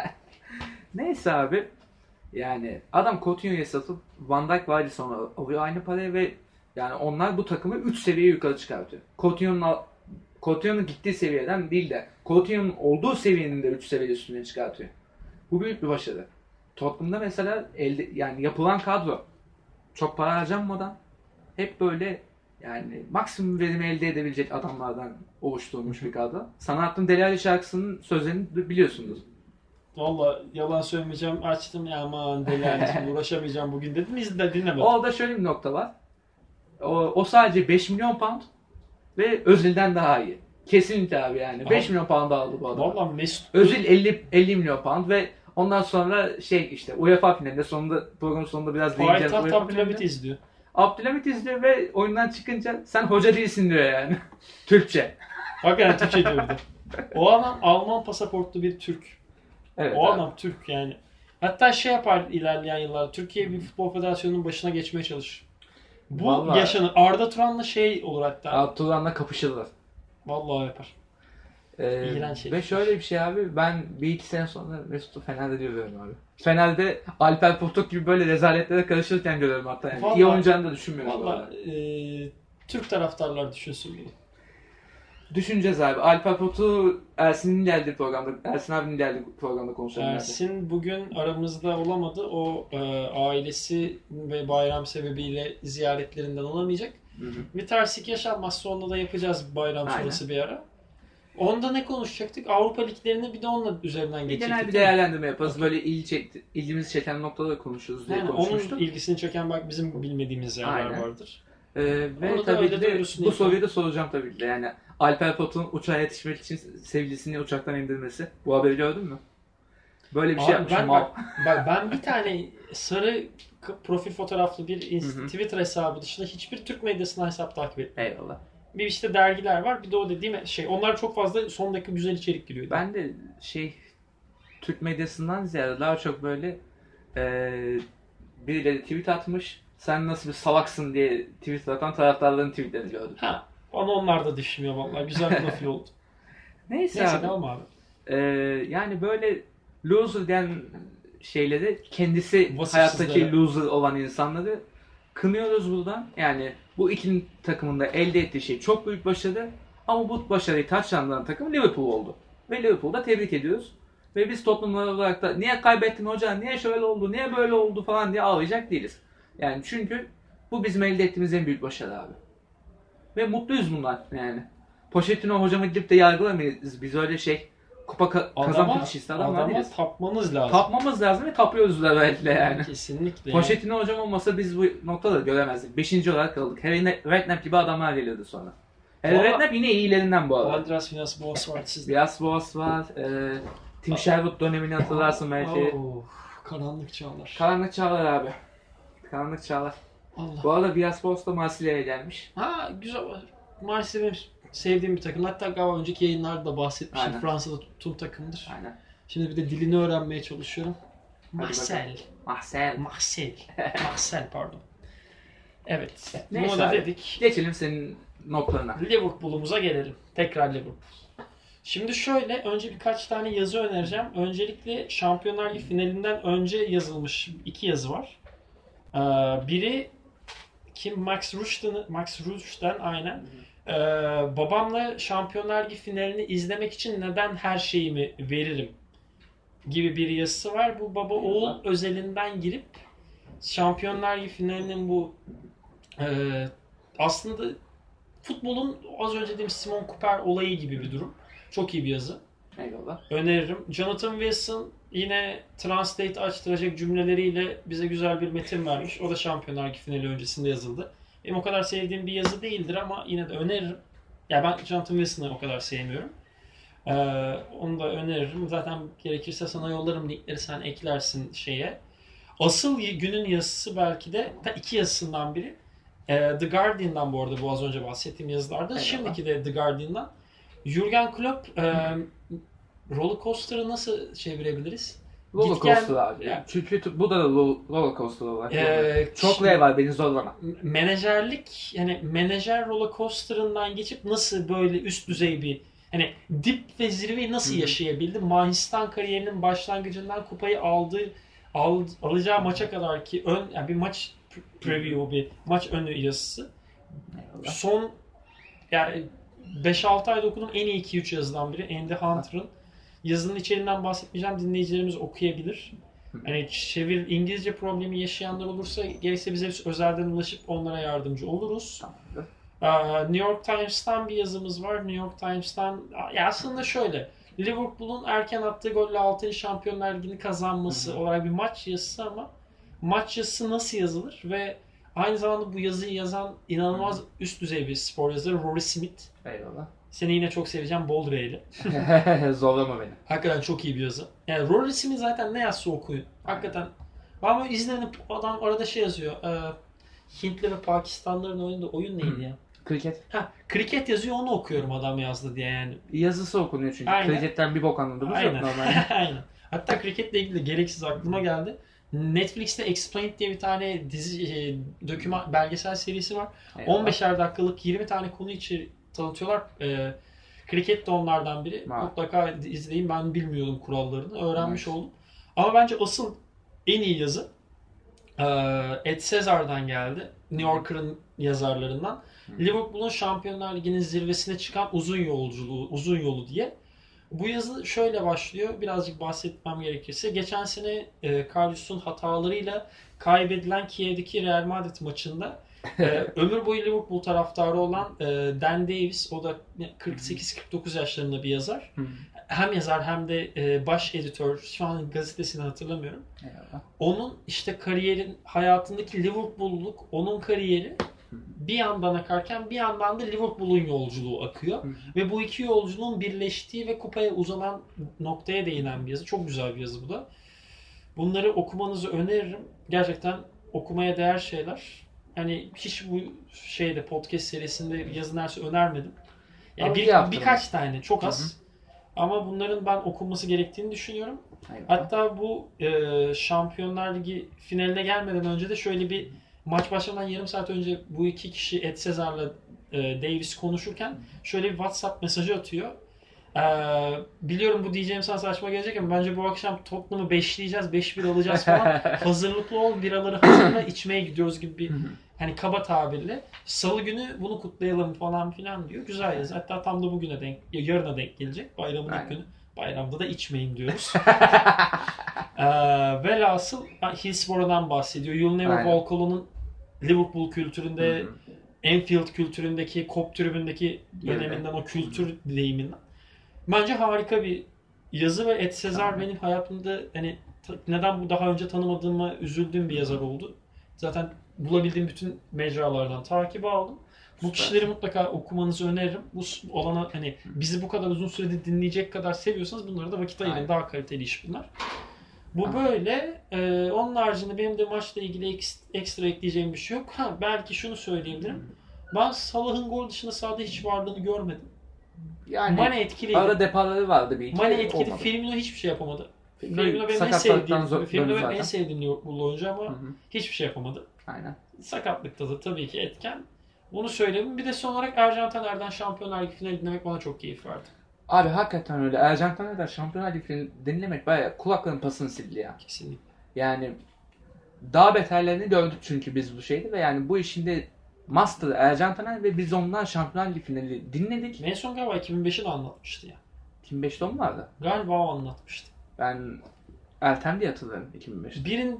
Neyse abi. Yani adam Coutinho'ya satıp Van Dijk var sonra alıyor aynı paraya ve yani onlar bu takımı 3 seviye yukarı çıkartıyor. Coutinho'nun gittiği seviyeden değil de Coutinho'nun olduğu seviyenin de 3 seviye üstüne çıkartıyor. Bu büyük bir başarı. Tottenham'da mesela yani yapılan kadro çok para harcanmadan hep böyle yani maksimum verimi elde edebilecek adamlardan oluşturulmuş bir kadro. Sana attığım Deli Ali şarkısının sözlerini biliyorsunuz. Valla yalan söylemeyeceğim, açtım ya aman deli uğraşamayacağım bugün dedim, dinlemedim. Orada şöyle bir nokta var. O sadece 5 milyon pound ve Özil'den daha iyi. Kesinlikle abi yani. Aha. 5 milyon pound aldı bu adam. Valla Mesut Özil 50 milyon pound ve ondan sonra işte UEFA finalinde programın sonunda biraz değineceğiz. Payitaht UEFA Abdülhamit finalinde. izliyor. Abdülhamit izliyor ve oyundan çıkınca sen hoca değilsin diyor yani. Türkçe. Hakikaten Türkçe diyordu. O adam Alman pasaportlu bir Türk. Evet, O abi. adam Türk yani. Hatta şey yapar ilerleyen yıllarda. Türkiye bir futbol federasyonunun başına geçmeye çalışır. Bu Vallahi. yaşanır. Arda Turan'la şey olur hatta. Abdullah'la kapışırlar. Vallahi yapar. İğrenç şey. Ve şöyle bir şey abi, ben bir iki sene sonra Mesut'u Fener'de görüyorum abi. Fener'de Alper Potuk gibi böyle rezaletlere karışırken görüyorum hatta yani. Vallahi, İyi oynayacağını da düşünmüyorum. Valla Türk taraftarlar düşünsün bunu. Düşüneceğiz abi. Alper Potuk'u Ersin abinin geldiği programda konuşalım. Ersin bugün aramızda olamadı. O ailesi ve bayram sebebiyle ziyaretlerinden olamayacak. Hı hı. Bir terslik yaşanmazsa onda da yapacağız bayram Aynen. sonrası bir ara. Onda ne konuşacaktık? Avrupa liglerini bir de onunla üzerinden Bir geçecektik. genel bir değerlendirme yaparız. Böyle ilgimizi çeken noktaları konuşuruz diye Yani konuşmuştuk. onun ilgisini çeken bak bizim bilmediğimiz yerler Aynen. vardır. Ve Onu da tabii öyle ki de duyurusunu bu yapalım. soruyu da soracağım tabii ki de. Yani Alper Potuk'un uçağa yetişmek için sevgilisini uçaktan indirmesi. Bu haberi gördün mü? Böyle bir şey Abi yapmış. ben bir tane sarı profil fotoğraflı bir Hı hı. Twitter hesabı dışında hiçbir Türk medyasına hesap takip etmiyorum. Eyvallah. Bir işte dergiler var. Bir de o dediğim şey. Onlar çok fazla son dakika güzel içerik giriyor. Ben de Türk medyasından ziyade daha çok böyle birileri tweet atmış. Sen nasıl bir salaksın diye tweet atan taraftarların tweetlerini gördüm. Ha, bana onlar da düşmüyor vallahi. Güzel profil oldu. Neyse Neyse abi. devam abi. Yani böyle loser diyen şeyleri, kendisi Vasıfsızlara. hayattaki loser olan insanları kınıyoruz buradan. Yani bu iki takımın da elde ettiği şey çok büyük başarı. Ama bu başarıyı taçlandıran takım Liverpool oldu. Ve Liverpool'da tebrik ediyoruz. Ve biz toplumlar olarak da niye kaybettin hocam, niye şöyle oldu, niye böyle oldu falan diye ağlayacak değiliz. Yani çünkü bu bizim elde ettiğimiz en büyük başarı abi. Ve mutluyuz bundan yani. Pochettino hocama gidip de yargılamayız. Biz öyle kupa kazan finişisti adamlar adama değiliz. tapmanız lazım. Tapmamız lazım ve tapıyoruz da böyle yani. Kesinlikle. Pochettino hocam olmasa biz bu noktada göremezdik. 5. olarak kaldık. Harry Redknapp gibi adamlar geliyordu sonra. Harry Valla- Redknapp yine iyilerinden bu arada. Andreas Vinas Boas var sizde. Bias Boas var. Tim Sherwood dönemini hatırlarsın belki. Karanlık çağlar. Karanlık Çağlar abi. Karanlık Çağlar. Allah. Bu arada Bias Boas da Marsilya'ya gelmiş. Ha güzel. Maalesef benim sevdiğim bir takım. Hatta galiba önceki yayınlarda da bahsetmiştim. Aynen. Fransa'da tuttuğum takımdır. Aynen. Şimdi bir de dilini öğrenmeye çalışıyorum. bakalım. Marcel. Marcel pardon. Evet. Neyse Bunu da abi. dedik. Geçelim senin notlarına. Liverpool'umuza gelelim. Tekrar Liverpool. Şimdi şöyle önce birkaç tane yazı önereceğim. Öncelikle Şampiyonlar Ligi finalinden önce yazılmış 2 yazı var. Biri Max Rush'tan aynen. Babamla Şampiyonlar Ligi finalini izlemek için neden her şeyimi veririm gibi bir yazısı var. Bu baba oğul özelinden girip Şampiyonlar Ligi finalinin bu aslında futbolun az önce dediğim Simon Cooper olayı gibi bir durum. Çok iyi bir yazı. Eyvallah. Öneririm. Jonathan Wilson yine Translate açtıracak cümleleriyle bize güzel bir metin vermiş. O da Şampiyonlar Ligi finali öncesinde yazıldı. Benim o kadar sevdiğim bir yazı değildir ama yine de öneririm. Ya ben Jonathan Wilson'ı o kadar sevmiyorum. Onu da öneririm. Zaten gerekirse sana yollarım linkleri, sen eklersin şeye. Asıl günün yazısı belki de iki yazısından biri. The Guardian'dan bu arada, bu az önce bahsettiğim yazılarda. Eyvallah. Şimdiki de The Guardian'dan. Jurgen Klopp roller coaster'ı nasıl çevirebiliriz? Roller Git gel- coaster abi. Ya. Çünkü bu da roller coaster olarak. Çok şimdi- R var, beni zorlama. Menajerlik, yani menajer roller coaster'ından geçip nasıl böyle üst düzey bir, hani dip ve zirveyi nasıl yaşayabildi? Mahistan kariyerinin başlangıcından kupayı alacağı maça kadar ki yani bir maç preview, bir maç önü yazısı. Eyvallah. Son yani 5-6 ayda okuduğum en iyi 2-3 yazıdan biri. Andy Hunter'ın. Yazının içeriğinden bahsetmeyeceğim. Dinleyicilerimiz okuyabilir. Hani İngilizce problemi yaşayanlar olursa gerekse bize özelden ulaşıp onlara yardımcı oluruz. New York Times'tan bir yazımız var. New York Times'tan ya aslında şöyle, Liverpool'un erken attığı golle 6. Şampiyonlar Ligi'ni kazanması olarak bir maç yazısı, ama maç yazısı nasıl yazılır ve aynı zamanda bu yazıyı yazan inanılmaz üst düzey bir spor yazarı Rory Smith. Eyvallah. Seni yine çok seveceğim, Bold R'li. Zorlama beni. Hakikaten çok iyi bir yazı. Yani Rory Smith zaten ne yazsa okuyun. Hakikaten. Ben böyle izlenip adam arada şey yazıyor. Hintli ve Pakistanlıların oynadığı oyun neydi ya? Kriket. Kriket yazıyor, onu okuyorum adam yazdı diye yani. Yazısı okunuyor çünkü. Aynen. Kriketten bir bok anladığımız yok normalde. Aynen. Hatta kriketle ilgili de gereksiz aklıma geldi. Netflix'te Explained diye bir tane dizi, doküman belgesel serisi var. Eyvallah. 15'er dakikalık 20 tane konu tanıtıyorlar. Kriket de onlardan biri. Ha. Mutlaka izleyin. Ben bilmiyordum kurallarını. Öğrenmiş oldum. Ama bence asıl en iyi yazı Ed Cesar'dan geldi. New Yorker'ın yazarlarından. Liverpool'un Şampiyonlar Ligi'nin zirvesine çıkan uzun yolu diye. Bu yazı şöyle başlıyor. Birazcık bahsetmem gerekirse. Geçen sene Karius'un hatalarıyla kaybedilen Kiev'deki Real Madrid maçında ömür boyu Liverpool taraftarı olan Dan Davis, o da 48-49 yaşlarında bir yazar. Hem yazar hem de baş editör. Şu an gazetesini hatırlamıyorum. Eyvallah. Onun işte hayatındaki Liverpool'luk, onun kariyeri bir yandan akarken bir yandan da Liverpool'un yolculuğu akıyor. Ve bu iki yolculuğun birleştiği ve kupaya uzanan noktaya değinen bir yazı. Çok güzel bir yazı bu da. Bunları okumanızı öneririm. Gerçekten okumaya değer şeyler. Hani hiç bu podcast serisinde yazı neresi önermedim. Yani birkaç tane, çok az. Ama bunların ben okunması gerektiğini düşünüyorum. Eyvallah. Hatta bu Şampiyonlar Ligi finaline gelmeden önce de şöyle bir maç başlamadan yarım saat önce bu iki kişi Ed Cesar'la Davis konuşurken şöyle bir WhatsApp mesajı atıyor. Biliyorum bu diyeceğim sana saçma gelecek ama bence bu akşam Tottenham'ı 5'leyeceğiz, 5-1 alacağız falan. Hazırlıklı ol, biraları hazırla, içmeye gidiyoruz gibi bir hani kaba tabirle. Salı günü bunu kutlayalım falan filan diyor. Güzel yazı. Hatta tam da bugüne yarına denk gelecek. Bayramın ilk günü. Bayramda da içmeyin diyoruz. Velhasıl Hillsborough'dan bahsediyor. You'll Never Walk Alone'un Liverpool kültüründe, Anfield kültüründeki, Kop tribündeki döneminden, o kültür deyiminden. Bence harika bir yazı ve Ed Cesar benim hayatımda hani neden bu daha önce tanımadığıma üzüldüğüm bir yazar oldu. Zaten bulabildiğim bütün mecralardan takibi aldım. Bu kişileri mutlaka okumanızı öneririm. Bu olana hani bizi bu kadar uzun sürede dinleyecek kadar seviyorsanız bunlara da vakit ayırın. Daha kaliteli iş bunlar. Bu böyle. Onun haricinde benim de maçla ilgili ekstra ekleyeceğim bir şey yok. Belki şunu söyleyebilirim. Ben Salah'ın gol dışında sahada hiç varlığını görmedim. Yani Mane etkiliydi. Ara deparları vardı bir iki. Mane etkili. Firmino hiçbir şey yapamadı. Firmino benim en sevdiğim Liverpool oyuncu ama hiçbir şey yapamadı. Aynen. Sakatlıkta da tabii ki etken. Bunu söyledim. Bir de son olarak Ercan Taner'den Şampiyonlar Ligi finali dinlemek bana çok keyif verdi. Abi hakikaten öyle. Ercan Taner'den Şampiyonlar Ligi finali dinlemek bayağı kulakların pasını sildi ya. Kesinlikle. Yani daha beterlerini gördük çünkü biz bu şeydi ve yani bu işin de master'ı Ercan Taner ve biz ondan Şampiyonlar Ligi finali dinledik. En son galiba 2005'i de anlatmıştı ya. 2005'te o mu vardı? Galiba o anlatmıştı. Ben Ertem diye hatırlarım 2005'te.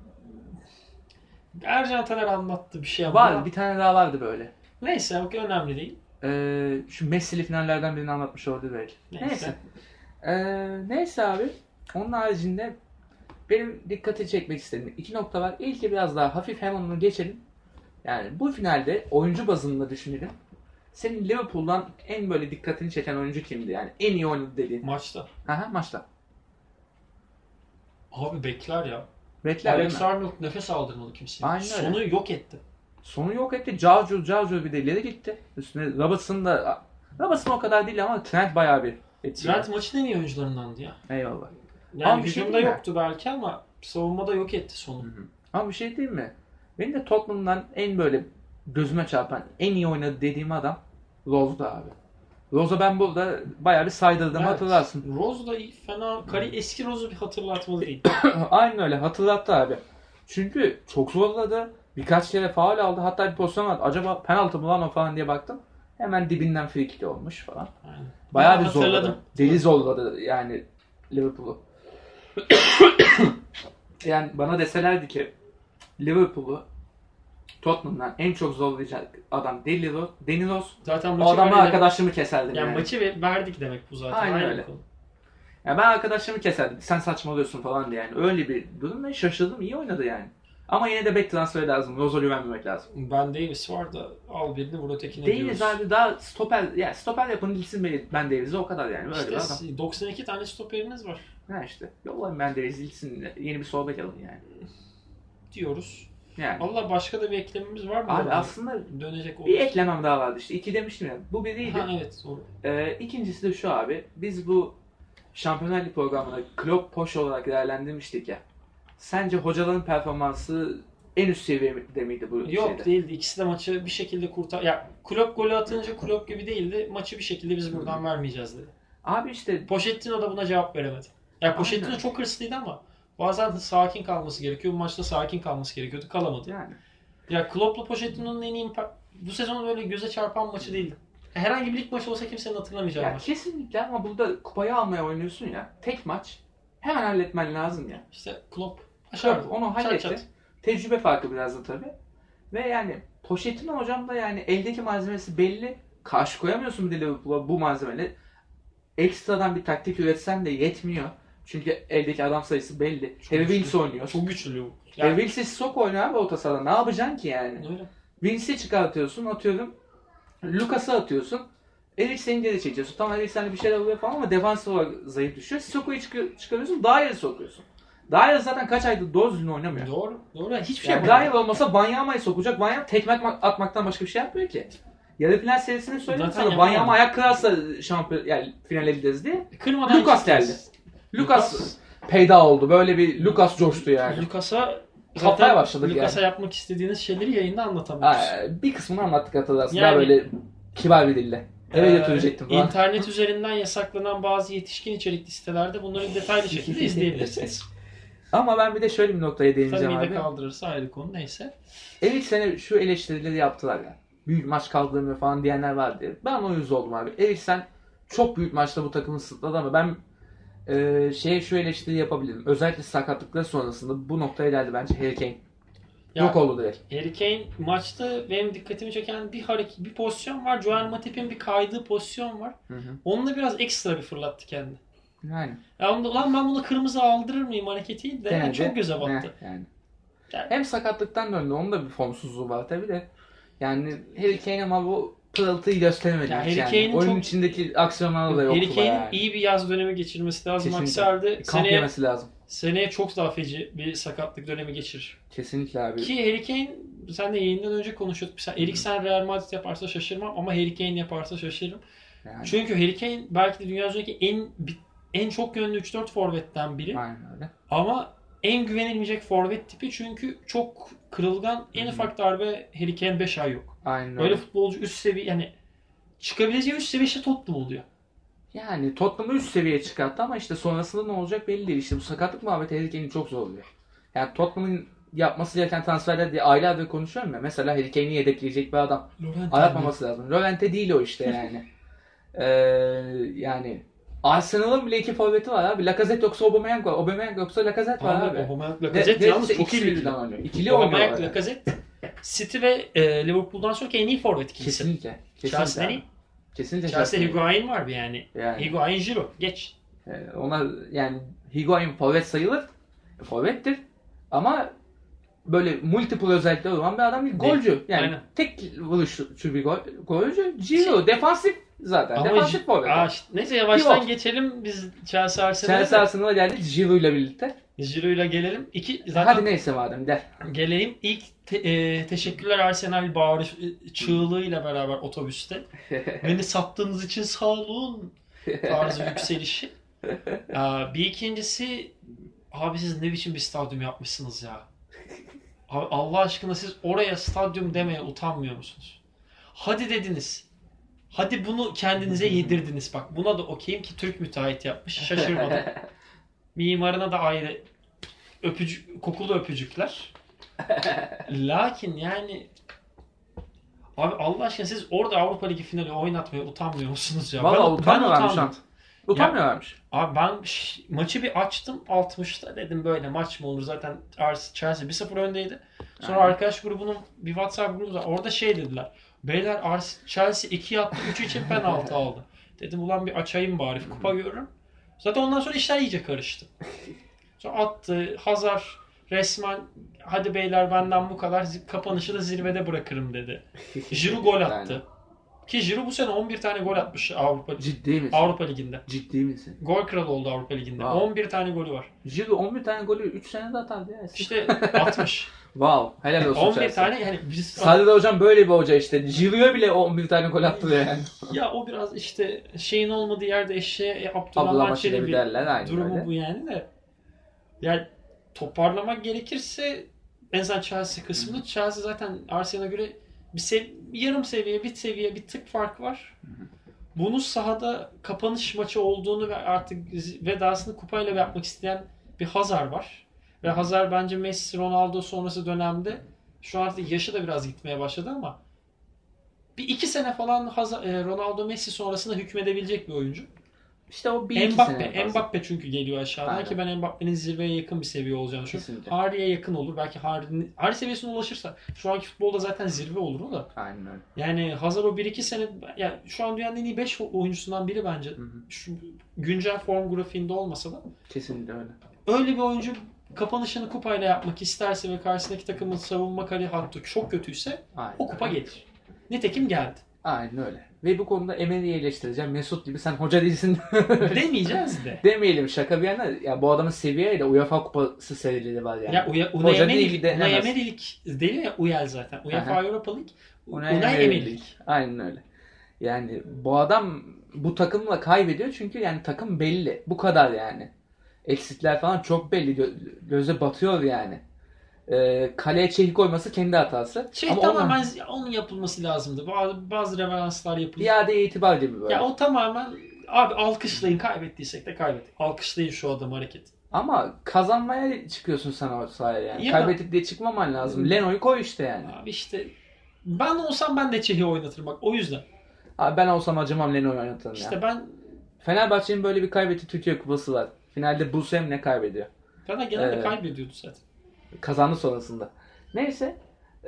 Ercan Taner anlattı bir şey ama. Var, bir tane daha vardı böyle. Neyse, o önemli değil. Şu Messi'li finallerden birini anlatmış oldu belki. Neyse. Neyse abi. Onun haricinde benim dikkati çekmek istediğim iki nokta var. İlki biraz daha hafif, hem onu geçelim. Yani bu finalde oyuncu bazında düşünelim. Senin Liverpool'dan en böyle dikkatini çeken oyuncu kimdi? Yani en iyi oynadı dediğin. Maçta. Aha, maçta. Abi bekler ya. Bekler değil Alex mi? Arnold nefes aldırmadı kimseye. Aynen öyle. Sonu yok etti. Sonu yok etti. Cavcur bir de ileri gitti. Üstüne Robertson o kadar değil ama Trent bayağı bir etkili. Trent maçın en iyi oyuncularındandı ya. Eyvallah. Yani Ama bir şey hücumda değil mi? yoktu belki ama savunmada yok etti sonu. Ama bir şey değil mi? Benim de Tottenham'dan en böyle gözüme çarpan, en iyi oynadı dediğim adam Rose'da abi. Rose'a ben burada bayağı bir saydırdım, hatırlarsın. Rose da fena, eski Rose'u bir hatırlatmalı değil. Aynen öyle, hatırlattı abi. Çünkü çok zorladı. Birkaç kere faul aldı. Hatta bir pozisyon vardı. Acaba penaltı mı lan o falan diye baktım. Hemen dibinden free kick olmuş falan. Aynen. Bayağı bir Hatırladım. zorladı. Deli zorladı yani Liverpool'u. Yani bana deselerdi ki Liverpool'u Tottenham'dan en çok zorlayacak adam Danny Rose. Zaten O maçı adamla verdik. arkadaşımı keserdim Yani yani. maçı verdik demek bu zaten. Aynen Aynı öyle. konu. Ya ben arkadaşımı keserdim. Sen saçmalıyorsun falan diye yani. Öyle bir durum ve şaşırdım. İyi oynadı yani. Ama yine de bek transferi lazım. Rose'a güvenmemek lazım. Ben Davis var da al birini vur ötekine Davies diyoruz. abi daha stoper yapın gitsin ben Davies'e o kadar yani. Böyle bir adam. İşte 92 tane stoperiniz var Ha işte. Yollayın ben Davies'e gitsin. Yeni bir sol bek alın yani. diyoruz. Yani. Allah başka da bir eklememiz var mı? Abi orada? aslında Dönecek olur. bir eklemem daha vardı işte. 2 demiştim ya. Bu biriydi. Ha evet. Doğru. İkincisi de şu abi. Biz bu Şampiyonlar Ligi programını Klopp Poş olarak değerlendirmiştik ya. Sence hocaların performansı en üst seviyede miydi bu Yok şeyde? değildi. İkisi de maçı bir şekilde Ya Klopp golü atınca Klopp gibi değildi. Maçı bir şekilde biz buradan vermeyeceğiz dedi. Abi işte Pochettino da buna cevap veremedi. Ya Pochettino Aynen. çok hırslıydı ama bazen sakin kalması gerekiyor. Bu maçta sakin kalması gerekiyordu. Kalamadı. yani. Ya Klopp'la Pochettino'nun en iyi bu sezon böyle göze çarpan maçı değildi. Herhangi bir lig maçı olsa kimsenin hatırlamayacağı Ya maç. kesinlikle ama burada kupayı almaya oynuyorsun ya. Tek maç. Hemen halletmen lazım ya. İşte Klopp Klopp onu halletti. Çat çat. Tecrübe farkı biraz da tabii. Ve yani Pochettino hocam da yani eldeki malzemesi belli. Karşı koyamıyorsun bir de Liverpool'a bu malzemeyle. Ekstradan bir taktik üretsen de yetmiyor. Çünkü eldeki adam sayısı belli. Harry Winks oynuyor. Çok güçlü Liverpool. Harry Yani, Winks'i sok oynuyor abi orta sahada. Ne yapacaksın ki yani? öyle. Winks'i çıkartıyorsun, atıyorum. Lucas'ı atıyorsun. Eriksen'i geri çekiyorsun. Tamam Eriksen'le bir şeyler oluyor falan ama defansif olarak zayıf düşüyor. Sissoko'yu çıkarıyorsun, Dyer'i sokuyorsun. Dyer zaten kaç aydır doğru düzgün oynamıyor. Doğru. Doğru. Hiçbir şey Yani yapamadı. Dyer olmasa Wanyama'yı sokacak. Wanyama tekme atmaktan başka bir şey yapmıyor ki. Yarı final serisini söyleyeyim Zaten sana. yapamadı. Wanyama ayak kırarsa şampiyon yani finale gideriz diye. Kırmadan Lucas geldi. Lucas peyda oldu. Böyle bir Lucas coştu yani. Lucas'a Kapmaya zaten başladık Lucas'a yani. yapmak istediğiniz şeyleri yayında anlatabiliriz. Bir kısmını anlattık hatırlarsın. Yani- Daha böyle kibar bir dille. Eve götürecektim falan. İnternet üzerinden yasaklanan bazı yetişkin içerikli sitelerde bunları detaylı şekilde izleyebilirsiniz. Ama ben bir de şöyle bir noktaya değineceğim Tabii de abi. kaldırırsa ayrı konu neyse. Eriksen'e şu eleştirileri yaptılar ya. Büyük maç kaldırmıyor falan diyenler var diye. Ben o yüz oldum abi. Eriksen çok büyük maçta bu takımı sırtladı ama ben şu eleştiri yapabilirim. Özellikle sakatlıkları sonrasında bu noktaya geldi bence Harry Kane. Yok oldu direkt. Harry Kane maçta benim dikkatimi çeken bir pozisyon var. Joel Matip'in bir kaydığı pozisyon var. Hı. Onunla biraz ekstra bir fırlattı kendini. Yani. Ya onda, ulan ben bunu kırmızı aldırır mıyım hareketiyle de yani çok göze battı. Yani. Yani- Hem sakatlıktan döndü. Onun da bir formsuzluğu var tabi de. Yani Harry Kane ama bu pırıltıyı gösteremedi. Ya hiç Harry yani. Kane'in Oyunun çok- içindeki aksiyonlar da yoktu. Harry Kane'in bayağı. iyi bir yaz dönemi geçirmesi lazım. Kesinlikle. Aksi halde Kamp yemesi lazım. seneye çok daha feci bir sakatlık dönemi geçirir. Kesinlikle abi. Ki Harry Kane, sen de yayından önce konuşuyorduk. Mesela Eriksen Real Madrid yaparsa şaşırmam ama Harry Kane yaparsa şaşırırım. Yani. Çünkü Harry Kane belki de dünya üzerindeki en çok yönlü 3-4 forvetten biri. Aynen öyle. Ama en güvenilmeyecek forvet tipi çünkü çok kırılgan. En ufak darbe Harry Kane 5 ay yok. Aynen öyle. Böyle futbolcu üst seviye yani çıkabileceği üst seviye işte Tottenham oluyor. Yani Tottenham'ı üst seviyeye çıkarttı ama işte sonrasında ne olacak belli değil. İşte bu sakatlık muhabbeti Harry Kane'i çok zorluyor. Yani Tottenham'ın yapması gereken transferler diye aylardır konuşuyorum ya. Mesela Harry Kane'i yedekleyecek bir adam. Aratmaması lazım. Lorente değil o işte yani. Yani Arsenal'ın bile iki forveti var abi. Lacazette yoksa Aubameyang var. Aubameyang yoksa Lacazette var abi. Aubameyang, Lacazette yalnız çok iyi bir ikili. İkili oynuyorlar. Aubameyang, Yani. Lacazette City ve Liverpool'dan sonraki en iyi forvet ikilisi. Kesinlikle. Chelsea'den iyi. Kesinlikle. Chelsea'de Higuain var bir yani. Yani. Higuain, Giroud. Geç. Ona yani Higuain forvet sayılır. Forvettir. Ama böyle multiple özellikleri olan bir adam değil. Golcü. Yani Aynen. tek vuruşçu bir golcü. Giro. Defansif zaten. Ama Defansif forvet. işte, neyse yavaştan Pivot. geçelim biz Chelsea Arsenal'e. Chelsea Arsenal'a geldik Giro ile birlikte. Giro'yla gelelim. Zaten Hadi neyse madem der. geleyim. İlk teşekkürler Arsenal bağırış çığlığıyla beraber otobüste. Beni sattığınız için sağ olun tarzı yükselişi. Bir ikincisi, abi siz ne biçim bir stadyum yapmışsınız ya. Abi Allah aşkına siz oraya stadyum demeye utanmıyor musunuz? Hadi dediniz. Hadi bunu kendinize yedirdiniz. Bak buna da okeyim ki Türk müteahhit yapmış. Şaşırmadım. Mimarına da ayrı kokulu öpücükler. Lakin yani abi Allah aşkına siz orada Avrupa Ligi finali oynatmaya utanmıyor musunuz ya? Valla utanmıyorlarmış şu an. utandım. Utanmıyorlarmış. Abi ben maçı bir açtım 60'ta dedim böyle maç mı olur, zaten Chelsea 1-0 öndeydi. Sonra Aynen. arkadaş grubunun bir WhatsApp grubu var. Orada şey dediler. Beyler Chelsea 2 attı 3 için penaltı aldı. Dedim ulan bir açayım bari kupa görürüm. Zaten ondan sonra işler iyice karıştı. Sonra attı Hazard resmen hadi beyler benden bu kadar, kapanışı da zirvede bırakırım dedi. Giroud gol attı. Aynen. Ki Giroud bu sene 11 tane gol atmış Ciddi misin? Avrupa Ligi'nde. Ciddi misin? Gol kralı oldu Avrupa Ligi'nde. Wow. 11 tane golü var. Giro 11 tane golü 3 senede atardı ya. İşte 60. Wow. Helal olsun 11 Chelsea. tane yani biz Sadece hocam böyle bir hoca işte. Giro'ya bile 11 tane gol attı yani. ya o biraz işte şeyin olmadığı yerde eşeğe Abdullah Abdülrahman maçıyla Çelebi bir derler aynı durumu öyle. bu yani de. Yani toparlamak gerekirse en azından Chelsea kısmını, Chelsea zaten Arsenal'a göre yarım seviye, bir seviye, bir tık fark var. Bunu sahada kapanış maçı olduğunu ve artık vedasını kupayla yapmak isteyen bir Hazard var. Ve Hazard bence Messi, Ronaldo sonrası dönemde şu an artık yaşı da biraz gitmeye başladı ama bir 2 sene falan Ronaldo Messi sonrasında hükmedebilecek bir oyuncu. İşte o bir iki sene fazla. Mbappe çünkü geliyor aşağıdan. Aynen. Ki ben Mbappe'nin zirveye yakın bir seviye olacağını düşünüyorum. Kesinlikle. Harry'e yakın olur. Belki Harry seviyesine ulaşırsa şu anki futbolda zaten zirve olur o da. Aynen öyle. Yani Hazard o 1-2 sene, yani şu an dünyanın en iyi 5 oyuncusundan biri bence. Hı hı. Şu güncel form grafiğinde olmasa da. Kesinlikle öyle. Öyle bir oyuncu kapanışını kupayla yapmak isterse ve karşısındaki takımın savunma kale hattı çok kötüyse Aynen. o kupa gelir. Nitekim geldi. Aynen öyle. Ve bu konuda Emery'i eleştireceğim. Mesut gibi sen hoca değilsin. Demeyeceğiz de. Demeyelim şaka bir yana. Ya bu adamın seviyeyle UEFA kupası serileri var yani. Ya Hoca değil de Unai hemen. Emery'lik değil ya UEL zaten. UEFA Aha. Europa League. Unai Unai Emery'lik. Emery'lik. Aynen öyle. Yani bu adam bu takımla kaybediyor çünkü yani takım belli. Bu kadar yani. Eksikler falan çok belli. Göze batıyor yani. Kaleye Çehi koyması kendi hatası. Ama Tamamen onun yapılması lazımdı. Bazı reveranslar yapıldı. iade itibar gibi böyle. Ya o tamamen abi alkışlayın, kaybettiysek de kaybettik. Alkışlayın şu adam hareket. Ama kazanmaya çıkıyorsun sen o sahaya yani. Ya. Kaybettik diye çıkmaman lazım. Leno'yu koy işte yani. Abi işte ben olsam ben de Çehi oynatırım bak o yüzden. Abi ben olsam acımam Leno'yu oynatırım İşte ya. ben Fenerbahçe'nin böyle bir kaybetti Türkiye Kupası var. Finalde Busem ne kaybediyor? de genelde Evet. kaybediyordu zaten. Kazandı sonrasında. Neyse.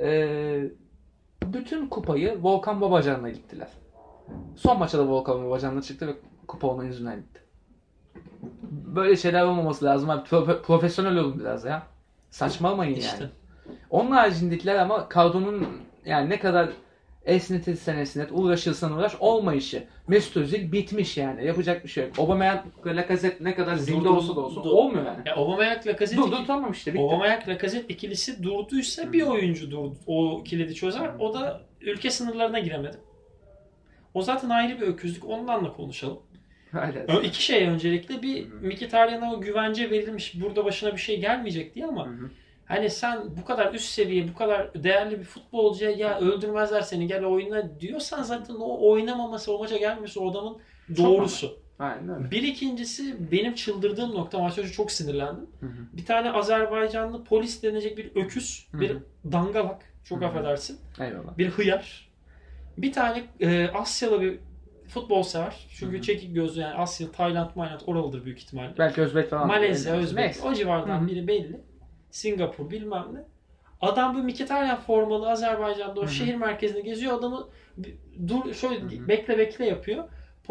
Bütün kupayı Volkan Babacan'la gittiler. Son maçta da Volkan Babacan'la çıktı ve kupa onun yüzünden gitti. Böyle şeyler olmaması lazım abi. Profesyonel olun biraz ya. Saçmalamayın İşte. yani. Onun haricindekiler ama kadronun yani ne kadar esnetirsen esnet, uğraşırsan uğraş olmayışı. Mesut Özil bitmiş yani. Yapacak bir şey yok. Aubameyang ve Lacazette ne kadar zinde olsa da olsun olmuyor yani. Ya Aubameyang Lacazette Dur tamam işte bitti. Aubameyang Lacazette ikilisi durduysa bir oyuncu durdu. O kilidi çözer. O da ülke sınırlarına giremedi. O zaten ayrı bir öküzlük. Ondan da konuşalım. Aynen. İki şey öncelikle bir Mkhitaryan'a o güvence verilmiş. Burada başına bir şey gelmeyecek diye ama hani sen bu kadar üst seviye, bu kadar değerli bir futbolcuya ya öldürmezler seni gel oyna diyorsan zaten o oynamaması, o maça gelmesi o adamın doğrusu. Aynen öyle. Bir ikincisi benim çıldırdığım nokta, maçta çok sinirlendim. Hı hı. Bir tane Azerbaycanlı polis denecek bir öküz, bir dangalak, çok affedersin, Eyvallah. bir hıyar. Bir tane Asyalı bir futbol sever. Çünkü çekik gözlü yani Asya, Tayland, oralıdır büyük ihtimalle. Belki Özbek falan. Malezya, Özbek, Neyse. o civardan Hı hı. biri belli. Singapur bilmem ne. Adam bu Mkhitaryan formalı Azerbaycan'da o şehir merkezinde geziyor. Adamı dur şöyle bekle yapıyor.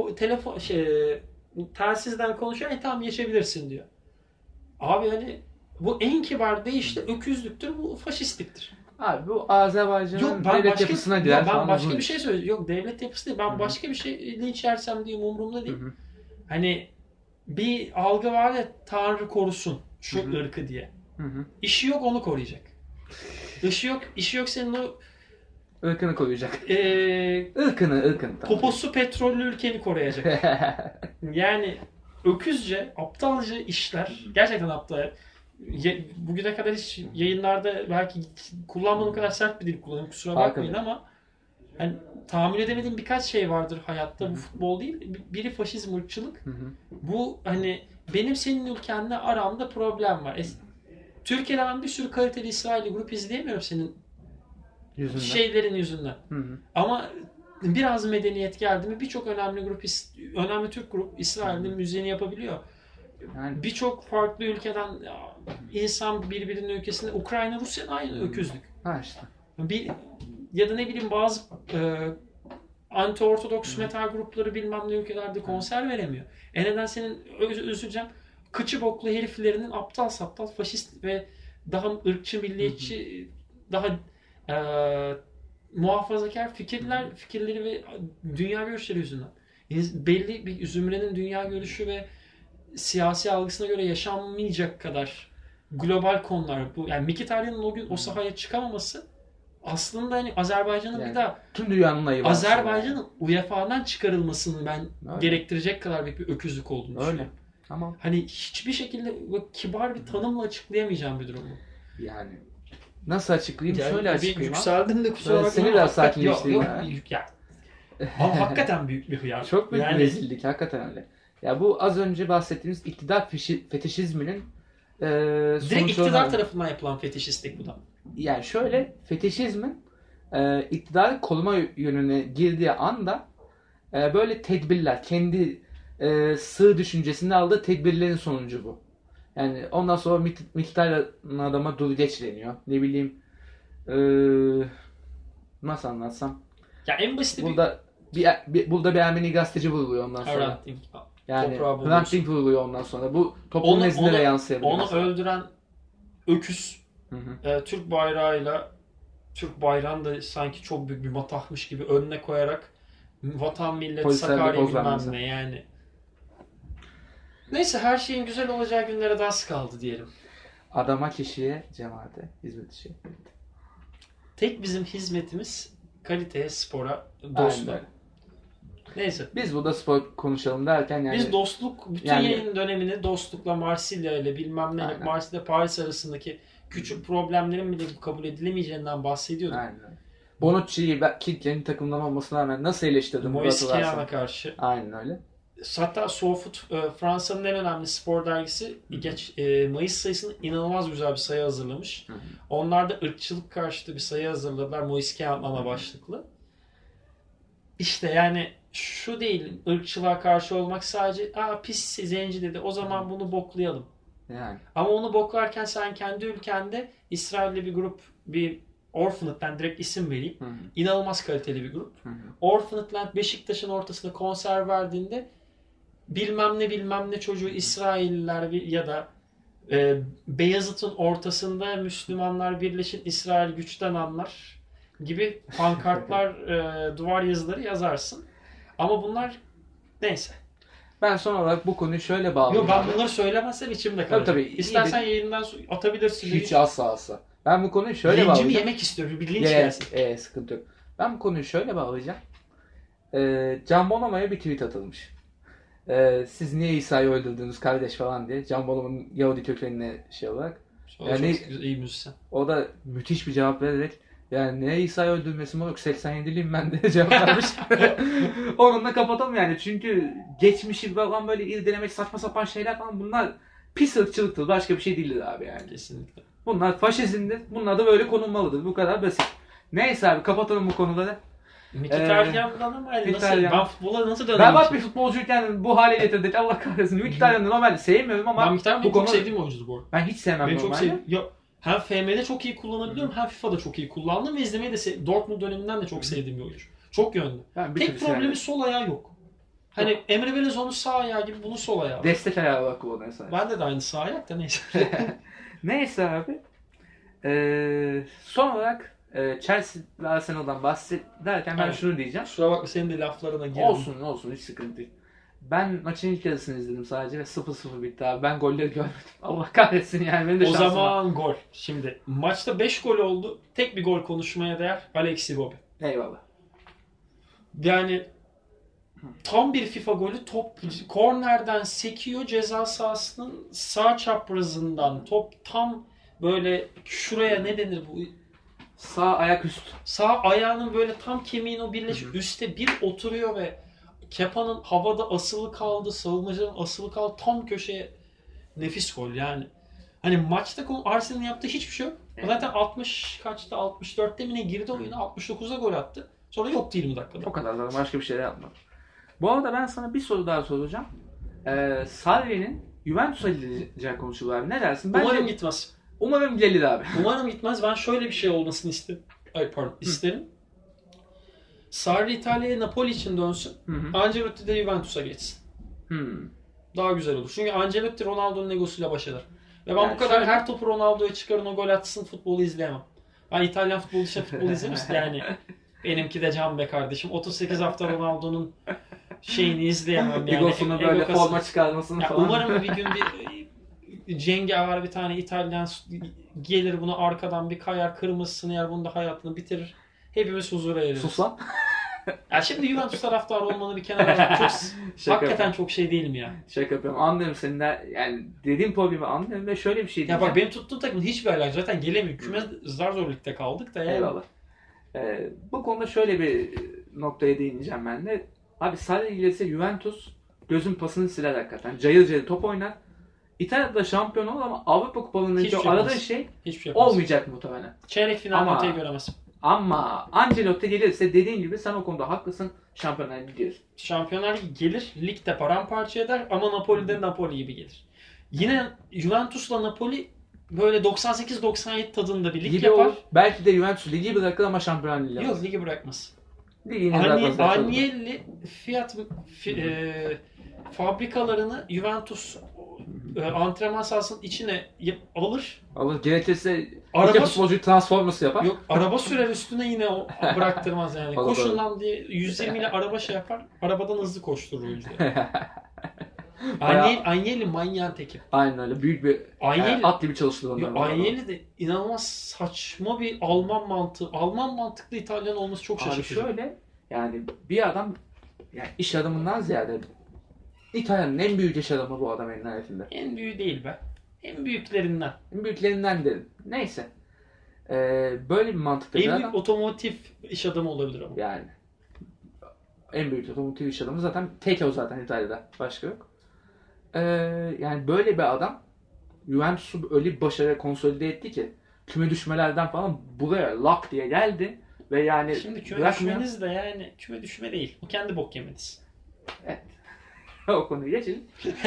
Telsizden konuşuyor. Tamam geçebilirsin diyor. Abi hani Bu en kibar deyişle öküzlüktür, bu faşistliktir. Abi bu Azerbaycan'ın Yok ben devlet başka, yapısına girer ben falan. başka uzun bir iş. şey söyleyeceğim. Yok devlet yapısı değil. Ben Hı hı. başka bir şey linç yersem diye umurumda değil. Hı hı. Hani bir algı var ya Tanrı korusun şu Hı hı. ırkı diye. Hı hı. İşi yok onu koruyacak. İşi yok senin o Irkını koruyacak. eee Irkını. Tamam. poposu petrollü ülkeni koruyacak. Yani öküzce, aptalca işler. Gerçekten aptal. Bugüne kadar hiç yayınlarda belki kullanmadığım kadar sert bir dil kullanıyorum. Kusura bakmayın ama hani tahammül edemediğim birkaç şey vardır hayatta. Bu futbol değil. Biri faşizm, ırkçılık. Hı hı. Bu hani benim senin ülkenle aramda problem var. Türkiye'de ben bir sürü kaliteli İsrailli grup izleyemiyorum senin Yüzünden. şeylerin yüzünden. Hı hı. Ama biraz medeniyet geldi mi birçok önemli grup, önemli Türk grup İsrail'de müziğini yapabiliyor. Yani Birçok farklı ülkeden insan birbirinin ülkesinde Ukrayna, Rusya aynı öküzlük. ha işte. Bir ya da ne bileyim bazı anti-ortodoks metal grupları bilmem ne ülkelerde konser veremiyor. Neden senin üzüleceğim kıçı boklu heriflerinin aptal saptal faşist ve daha ırkçı, milliyetçi, daha muhafazakar fikirleri ve dünya görüşleri yüzünden. Belli bir zümrenin dünya görüşü ve siyasi algısına göre yaşanmayacak kadar global konular bu. Yani Mkhitaryan'ın o gün o sahaya çıkamaması aslında hani Azerbaycan'ın Yani bir daha tüm dünyanın ayıbı. Azerbaycan'ın UEFA'dan çıkarılmasını ben Öyle. gerektirecek kadar büyük bir öküzlük olduğunu düşünüyorum. Öyle. Tamam. Hani hiçbir şekilde kibar bir tanımla açıklayamayacağım bir durum bu. Yani nasıl açıklayayım? Yani Şöyle bir açıklayayım. yükseldim de kusura bakma. Seni de sakinleştireyim ya. Ya. Ama hakikaten büyük bir hıyar. Çok büyük yani, bir rezillik. Hakikaten öyle. Ya bu az önce bahsettiğimiz iktidar fetişizminin direkt iktidar tarafından yapılan fetişistlik bu da. Yani şöyle fetişizmin iktidarı koruma yönüne girdiği anda böyle tedbirler, kendi sığ düşüncesinde aldığı tedbirlerin sonucu bu. Yani ondan sonra miktarın adama dur geç deniyor. Ne bileyim nasıl anlatsam. Ya en basit burada burada bir Ermeni gazeteci vuruluyor ondan sonra. Yani Hrant Dink vuruluyor ondan sonra. Bu toplum nezdinde de yansıyabilir. Onu öldüren öküz Türk bayrağıyla Türk bayrağını da sanki çok büyük bir matahmış gibi önüne koyarak vatan millet Sakarya bilmem ne yani. Neyse her şeyin güzel olacağı günlere daha az kaldı diyelim. Adama, kişiye, cemaate hizmet işi. Tek bizim hizmetimiz kaliteye, spora, dostluğa. Neyse. Biz burada spor konuşalım derken yani... Biz dostluk, bütün yayın dönemini dostlukla Marsilya ile bilmem ne, Marsilya Paris arasındaki küçük problemlerin bile kabul edilemeyeceğinden bahsediyorduk. Aynen. Bonucci'yi Kilken'in takımdan olmasına rağmen nasıl eleştirdim? Moise Kean'a karşı. Aynen öyle. Hatta SoFoot Fransa'nın en önemli spor dergisi Mayıs sayısında inanılmaz güzel bir sayı hazırlamış. Hı-hı. Onlar da ırkçılık karşıtı bir sayı hazırladılar. Moise Kean ana başlıklı. İşte yani şu değil, ırkçılığa karşı olmak sadece pis zenci dedi o zaman bunu boklayalım. Yani. Ama onu boklarken sen kendi ülkende İsrail'li bir grup, bir Orphanet'ten direkt isim vereyim. Hı-hı. İnanılmaz kaliteli bir grup. Orphanet'ten Beşiktaş'ın ortasında konser verdiğinde bilmem ne çocuğu İsrailliler ya da Beyazıt'ın ortasında Müslümanlar birleşin İsrail güçten anlar gibi pankartlar, duvar yazıları yazarsın. Ama bunlar neyse. Ben son olarak bu konuyu şöyle bağlıyorum. Yok ben bunları söylemezsem içimde kalacak. Tabii. İstersen yayından atabilirsin. Hiç asla. Ben bu konuyu şöyle bağlayacağım. Lincimi yemek istiyorum. Bir linç gelsin. Sıkıntı yok. Ben bu konuyu şöyle bağlayacağım. Can Bonomo'ya bir tweet atılmış. Siz niye İsa'yı öldürdünüz kardeş falan diye. Can Bonomo'nun Yahudi kökenine şey olarak. O yani çok iyi müzisyen. O da müthiş bir cevap vererek yani ne İsa'yı öldürmesi mi yok 87'liyim ben de cevap vermiş. Onunla kapatalım yani. Çünkü geçmişi falan böyle irdelemek saçma sapan şeyler falan bunlar pis ırkçılıktır. Başka bir şey değildir abi yani. Kesinlikle. Bunlar faşizmdir. Bunlar da böyle konulmalıdır. Bu kadar basit. Neyse abi kapatalım bu konuları. Mkhitaryan'dan ama ben futbola nasıl dönelim? Ben bak bir futbolcuyken bu hale getirdik. Allah kahretsin. Mkhitaryan'ı normalde sevmiyorum ama... Ben Mkhitaryan'ı çok sevdiğim oyuncudur bu arada. Ben hiç sevmem normalde. Çok sevdiğim. Hem FM'de çok iyi kullanabiliyorum hem FIFA'da çok iyi kullandım ve izlemeyi de Dortmund döneminden de çok sevdiğim bir oyuncu. Çok yönlü. Tek problemi sol ayağı yok. Hani Emre Belözoğlu sağ ayağı gibi bunu sol ayağı. Destek ayağı olarak kullanıyor sadece. Bende de aynı sağ ayak da neyse. Neyse abi. Son olarak Chelsea ve Arsenal'dan bahsederken ben Evet. şunu diyeceğim. Kusura bakma senin de laflarına girdim. Olsun hiç sıkıntı değil. Ben maçın ilk yarısını izledim sadece ve 0-0 bitti abi. Ben golleri görmedim. Allah kahretsin yani benim de O şansım var. zaman gol. Şimdi maçta 5 gol oldu. Tek bir gol konuşmaya değer. Alexi Gobi. Eyvallah. Yani tam bir FIFA golü, top kornerden sekiyor, ceza sahasının sağ çaprazından top tam böyle şuraya ne denir bu? Sağ ayak üstü. Sağ ayağının böyle tam kemiğin o birleşik üstte bir oturuyor ve Kepa'nın havada asılı kaldı, savunmacının asılı kaldı tam köşeye, nefis gol yani. Hani maçta Arsenal'ın yaptığı hiçbir şey yok. Zaten 60 kaçta, 64'te mi ne girdi oyuna, 69'da gol attı. Sonra yoktu 20 dakikada. O kadar zaten başka bir şey de yapmadım. Bu arada ben sana bir soru daha soracağım. Sarri'nin Juventus'a gideceği konuşuluyor abi. Ne dersin? Umarım gitmez. Umarım gelir abi. Umarım gitmez. Ben şöyle bir şey olmasını isterim. Sarri İtalya'ya Napoli için dönsün. Ancelotti de Juventus'a geçsin. Daha güzel olur. Çünkü Ancelotti Ronaldo'nun egosuyla baş eder. Ve ben Yani bu kadar şöyle... her topu Ronaldo'ya çıkarın o gol atsın futbolu izleyemem. Ben İtalyan futbolu dışı futbol izlemiştim yani. Benimki de can be kardeşim. 38 hafta Ronaldo'nun şeyini izleyemem yani. Egosunu böyle forma çıkarmasını ya falan. Umarım bir gün bir cengaver bir tane İtalyan gelir buna arkadan bir kayar, kırmızısını yer, bunu da hayatını bitirir. Hepimiz huzura ereriz. Sus lan. Ya şimdi Juventus taraftarı olmanı bir kenara al. Hakikaten çok şey değil mi ya? Şaka yapıyorum. Anlıyorum senin de yani dediğim problemi anlıyorum ve şöyle bir şey diyeceğim. Ya bak benim tuttuğum takımın hiçbir alakası zaten gelemiyor. Küme zar zor ligde kaldık da yani. Eyvallah. Bu konuda şöyle bir noktaya değineceğim ben de. Abi Sarri ilgilisi Juventus gözün pasını siler hakikaten. Cayır cayır top oynar. İtalya'da şampiyon olur ama Avrupa kupalarındaki aradığı şey hiçbir şey olmayacak muhtemelen. Çeyrek final öteyi göremez. Ama Ancelotti gelirse dediğin gibi sen o konuda haklısın. Şampiyonlar Ligi gelir. Şampiyonlar Ligi gelir. Ligde paramparça eder ama Napoli'de Napoli gibi gelir. Yine Juventus'la Napoli böyle 98-97 tadında bir lig Ligi yapar. Belki de Juventus ligi bırakır ama Şampiyonlar Ligi Yok ligi bırakmaz. Agnelli Fiat fabrikalarını Juventus antrenman sahasının içine alır. Alır. Gerekirse Araba futbolcuyu transformers yapar. Yok araba sürer üstüne yine o bıraktırmaz yani. Olur, Koşun lan diye 120 ile araba şey yapar. Arabadan hızlı koşturur oyuncuları. Agnelli manyağın teki. Aynen öyle. Büyük bir at gibi çalıştı onlar. Agnelli de inanılmaz saçma bir Alman mantığı. Alman mantıklı İtalyan olması çok şaşırtıcı. Abi şöyle yani bir adam yani iş adamından ziyade İtalya'nın en büyük iş adamı bu adam en nihayetinde. En büyüğü değil be. En büyüklerinden. En büyüklerinden derim. Neyse. Böyle bir mantıkta en büyük otomotiv iş adamı olabilir ama. Yani en büyük otomotiv iş adamı zaten tek o zaten İtalya'da. Başka yok. Yani böyle bir adam Juventus'u öyle bir başarıya konsolide etti ki küme düşmelerden falan buraya lak diye geldi ve yani şimdi küme düşmeniz de yani küme düşme değil. O kendi bok yemeniz. Evet. O konuyu geçelim.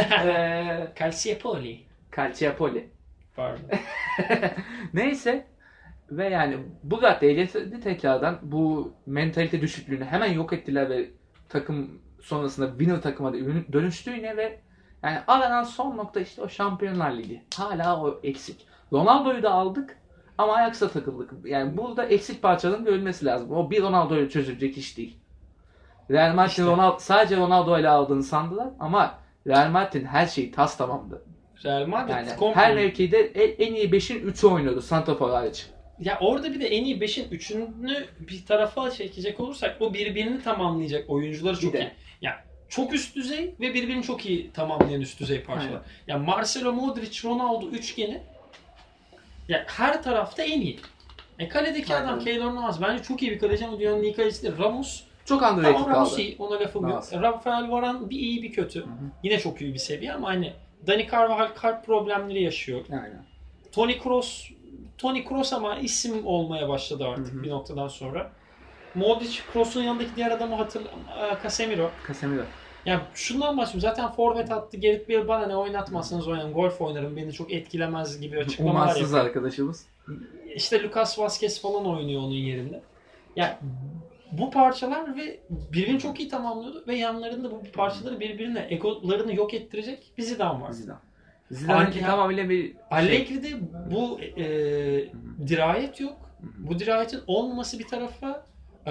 Calciopoli. Pardon. Neyse ve yani bu raddeye getirdi tekrardan bu mentalite düşüklüğünü hemen yok ettiler ve takım sonrasında winner takıma dönüştü yine ve yani aranan son nokta işte o Şampiyonlar Ligi. Hala o eksik. Ronaldo'yu da aldık ama Ajax'a takıldık. Yani burada eksik parçaların görülmesi lazım. O bir Ronaldo'yla çözülecek iş değil. Real Madrid işte. Sadece Ronaldo ile aldığını sandılar ama Real Madrid'in her şeyi tas tamamdı. Real Madrid yani her mevkide en iyi 5'in 3'ü oynuyordu santrafor hariç. Ya orada bir de en iyi 5'in 3'ünü bir tarafa çekecek olursak o birbirini tamamlayacak oyuncuları çok iyi. Yani çok üst düzey ve birbirini çok iyi tamamlayan üst düzey parçalar. Yani Marcelo, Modric, Ronaldo üçgeni ya her tarafta en iyi. Kaledeki adam Keylor Navas bence çok iyi bir kaleci ama dünyanın iyi kalecisi değil. Ramos çok underrated kaldı. Ramos iyi, ona lafım yok. Rafael Varane bir iyi bir kötü. Yine çok iyi bir seviye ama hani Dani Carvajal kalp problemleri yaşıyor. Aynen. Toni Kroos ama isim olmaya başladı artık bir noktadan sonra. Modric, Kroos'un yanındaki diğer adamı Casemiro. Yani şundan başlayayım. Zaten forvet attı. Gerrit Bale bana ne oynatmazsanız oynarım. Golf oynarım. Beni çok etkilemez gibi açıklamalar yapıyor. Umarsız arkadaşımız. İşte Lucas Vazquez falan oynuyor onun yerinde. Yani bu parçalar ve birbirini çok iyi tamamlıyordu ve yanlarında bu parçaları birbirine egolarını yok ettirecek bir Zidane var. Zidane'ınki tamamıyla bir Allegri'de bu dirayet yok. Bu dirayetin olmaması bir tarafa,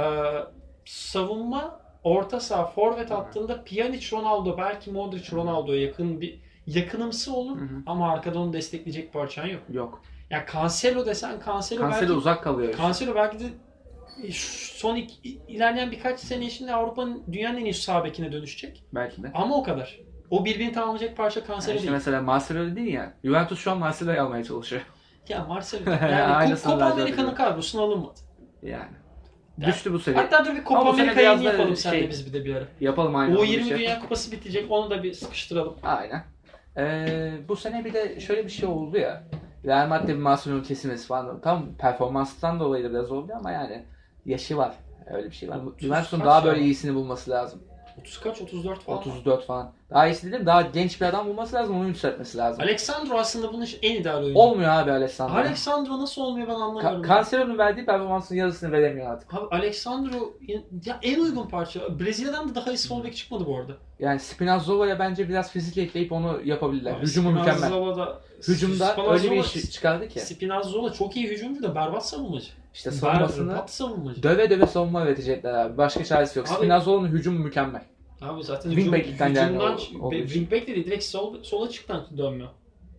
savunma, orta saha, forvet hattında Pjanic, Ronaldo, belki Modric, Ronaldo'ya yakınımsı olur ama arkada onu destekleyecek parçan yok. Yok. Yani Cancelo desen Cancelo belki uzak kalıyor. Cancelo belki de son ilerleyen birkaç sene içinde Avrupa'nın, dünyanın en iyi sağ bekine dönüşecek. Belki de. Ama o kadar. O birbirini tamamlayacak parça Cancelo İşte değil. mesela Marcelo değil ya. Juventus şu an Marcelo'yu almaya çalışıyor. Ya Marcelo yani Copa Amerika'nın kadrosuna alınmadı. Yani. Düştü bu sene. Hatta dur bir Copa Amerika'yı yapalım seninle biz bir de bir ara. Yapalım aynen. U20 Dünya Kupası bitecek, onu da bir sıkıştıralım. Aynen. Bu sene bir de şöyle bir şey oldu ya. Real Madrid'in Marcelo'nun kesilmesi falan. Tam performanstan dolayı da biraz oldu ama yani yaşı var. Öyle bir şey var. Juventus'un daha böyle iyisini bulması lazım. 30 kaç? 34 falan. 34 falan. Daha iyisi dedim. Daha genç bir adam bulması lazım. Onu yükseltmesi lazım. Alexandro aslında bunun en ideal oyuncu. Olmuyor abi Alexandro. Alexandro nasıl olmuyor ben anlamıyorum. Cancelo'nun verdiği performansın yarısını veremiyor artık. Abi Alexandro ya en uygun parça. Brezilya'dan da daha iyi sol bek çıkmadı bu arada. Yani Spinazzola'ya bence biraz fizik ekleyip onu yapabilirler. Hücumu mükemmel. Hücumda öyle bir iş çıkardı ki. Spinazzola çok iyi hücumcu da berbat savunmacı. İşte savunmasını savunmacı. döve savunma üretecekler abi. Başka çaresi yok. Spinazzola'nın hücumu mükemmel. Abi zaten hücumdan wingback dedi, direkt sol açıktan dönmüyor.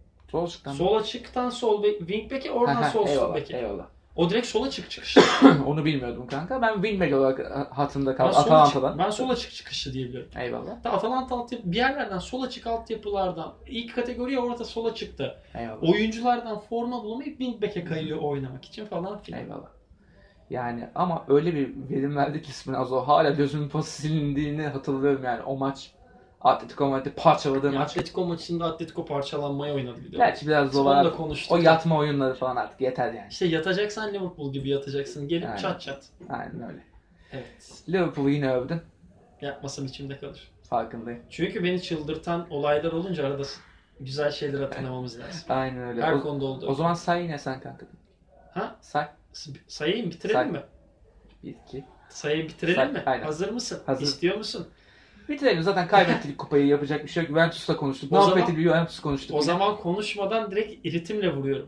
Sol açıktan sol wingback'e, oradan sol beke. Eyvallah. O direkt sola çıkış. Onu bilmiyordum kanka. Ben wingback olarak hatırımda kaldı Atalanta'dan. Ben sol açık çıkışı diye biliyorum. Eyvallah. Atalanta bir yerlerden sol açık altyapılardan ilk kategoriye orta sola çıktı. Eyvallah. Oyunculardan forma bulamayıp wingback'e kayıyor oynamak için falan filan. Eyvallah. Yani ama öyle bir verim verdi ki Spinazzola hala gözümün pası silindiğini hatırlıyorum yani o maç. Atletico Madrid'i parçaladığı maç. Atletico maçında Atletico parçalanmaya oynadı bir de. Gerçi biraz zor. O yatma oyunları falan artık yeter yani. İşte yatacaksan Liverpool gibi yatacaksın. Gelip aynen. çat. Aynen öyle. Evet. Liverpool'u yine övdün. Yapmasam içimde kalır. Farkındayım. Çünkü beni çıldırtan olaylar olunca arada güzel şeyler hatırlamamız lazım. Aynen öyle. Her konuda oldu. O zaman say yine sen kanka. Ha? Sayayım bitirelim mi? 1, 2. Sayayım bitirelim mi? Aynen. Hazır mısın? Hazır. İstiyor musun? Bitirelim. Zaten kaybettik kupayı, yapacak bir şey yok. Juventus'la konuştuk. Muhabbeti bir Juventus konuştuk. O zaman konuşmadan direkt ritimle vuruyorum.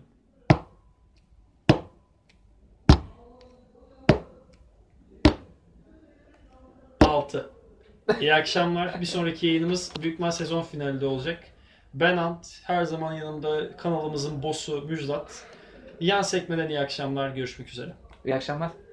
İyi akşamlar. Bir sonraki yayınımız Büyükmen sezon finalinde olacak. Ben Ant. Her zaman yanımda kanalımızın boss'u Müjdat. Yan sekmeden iyi akşamlar. Görüşmek üzere. İyi akşamlar.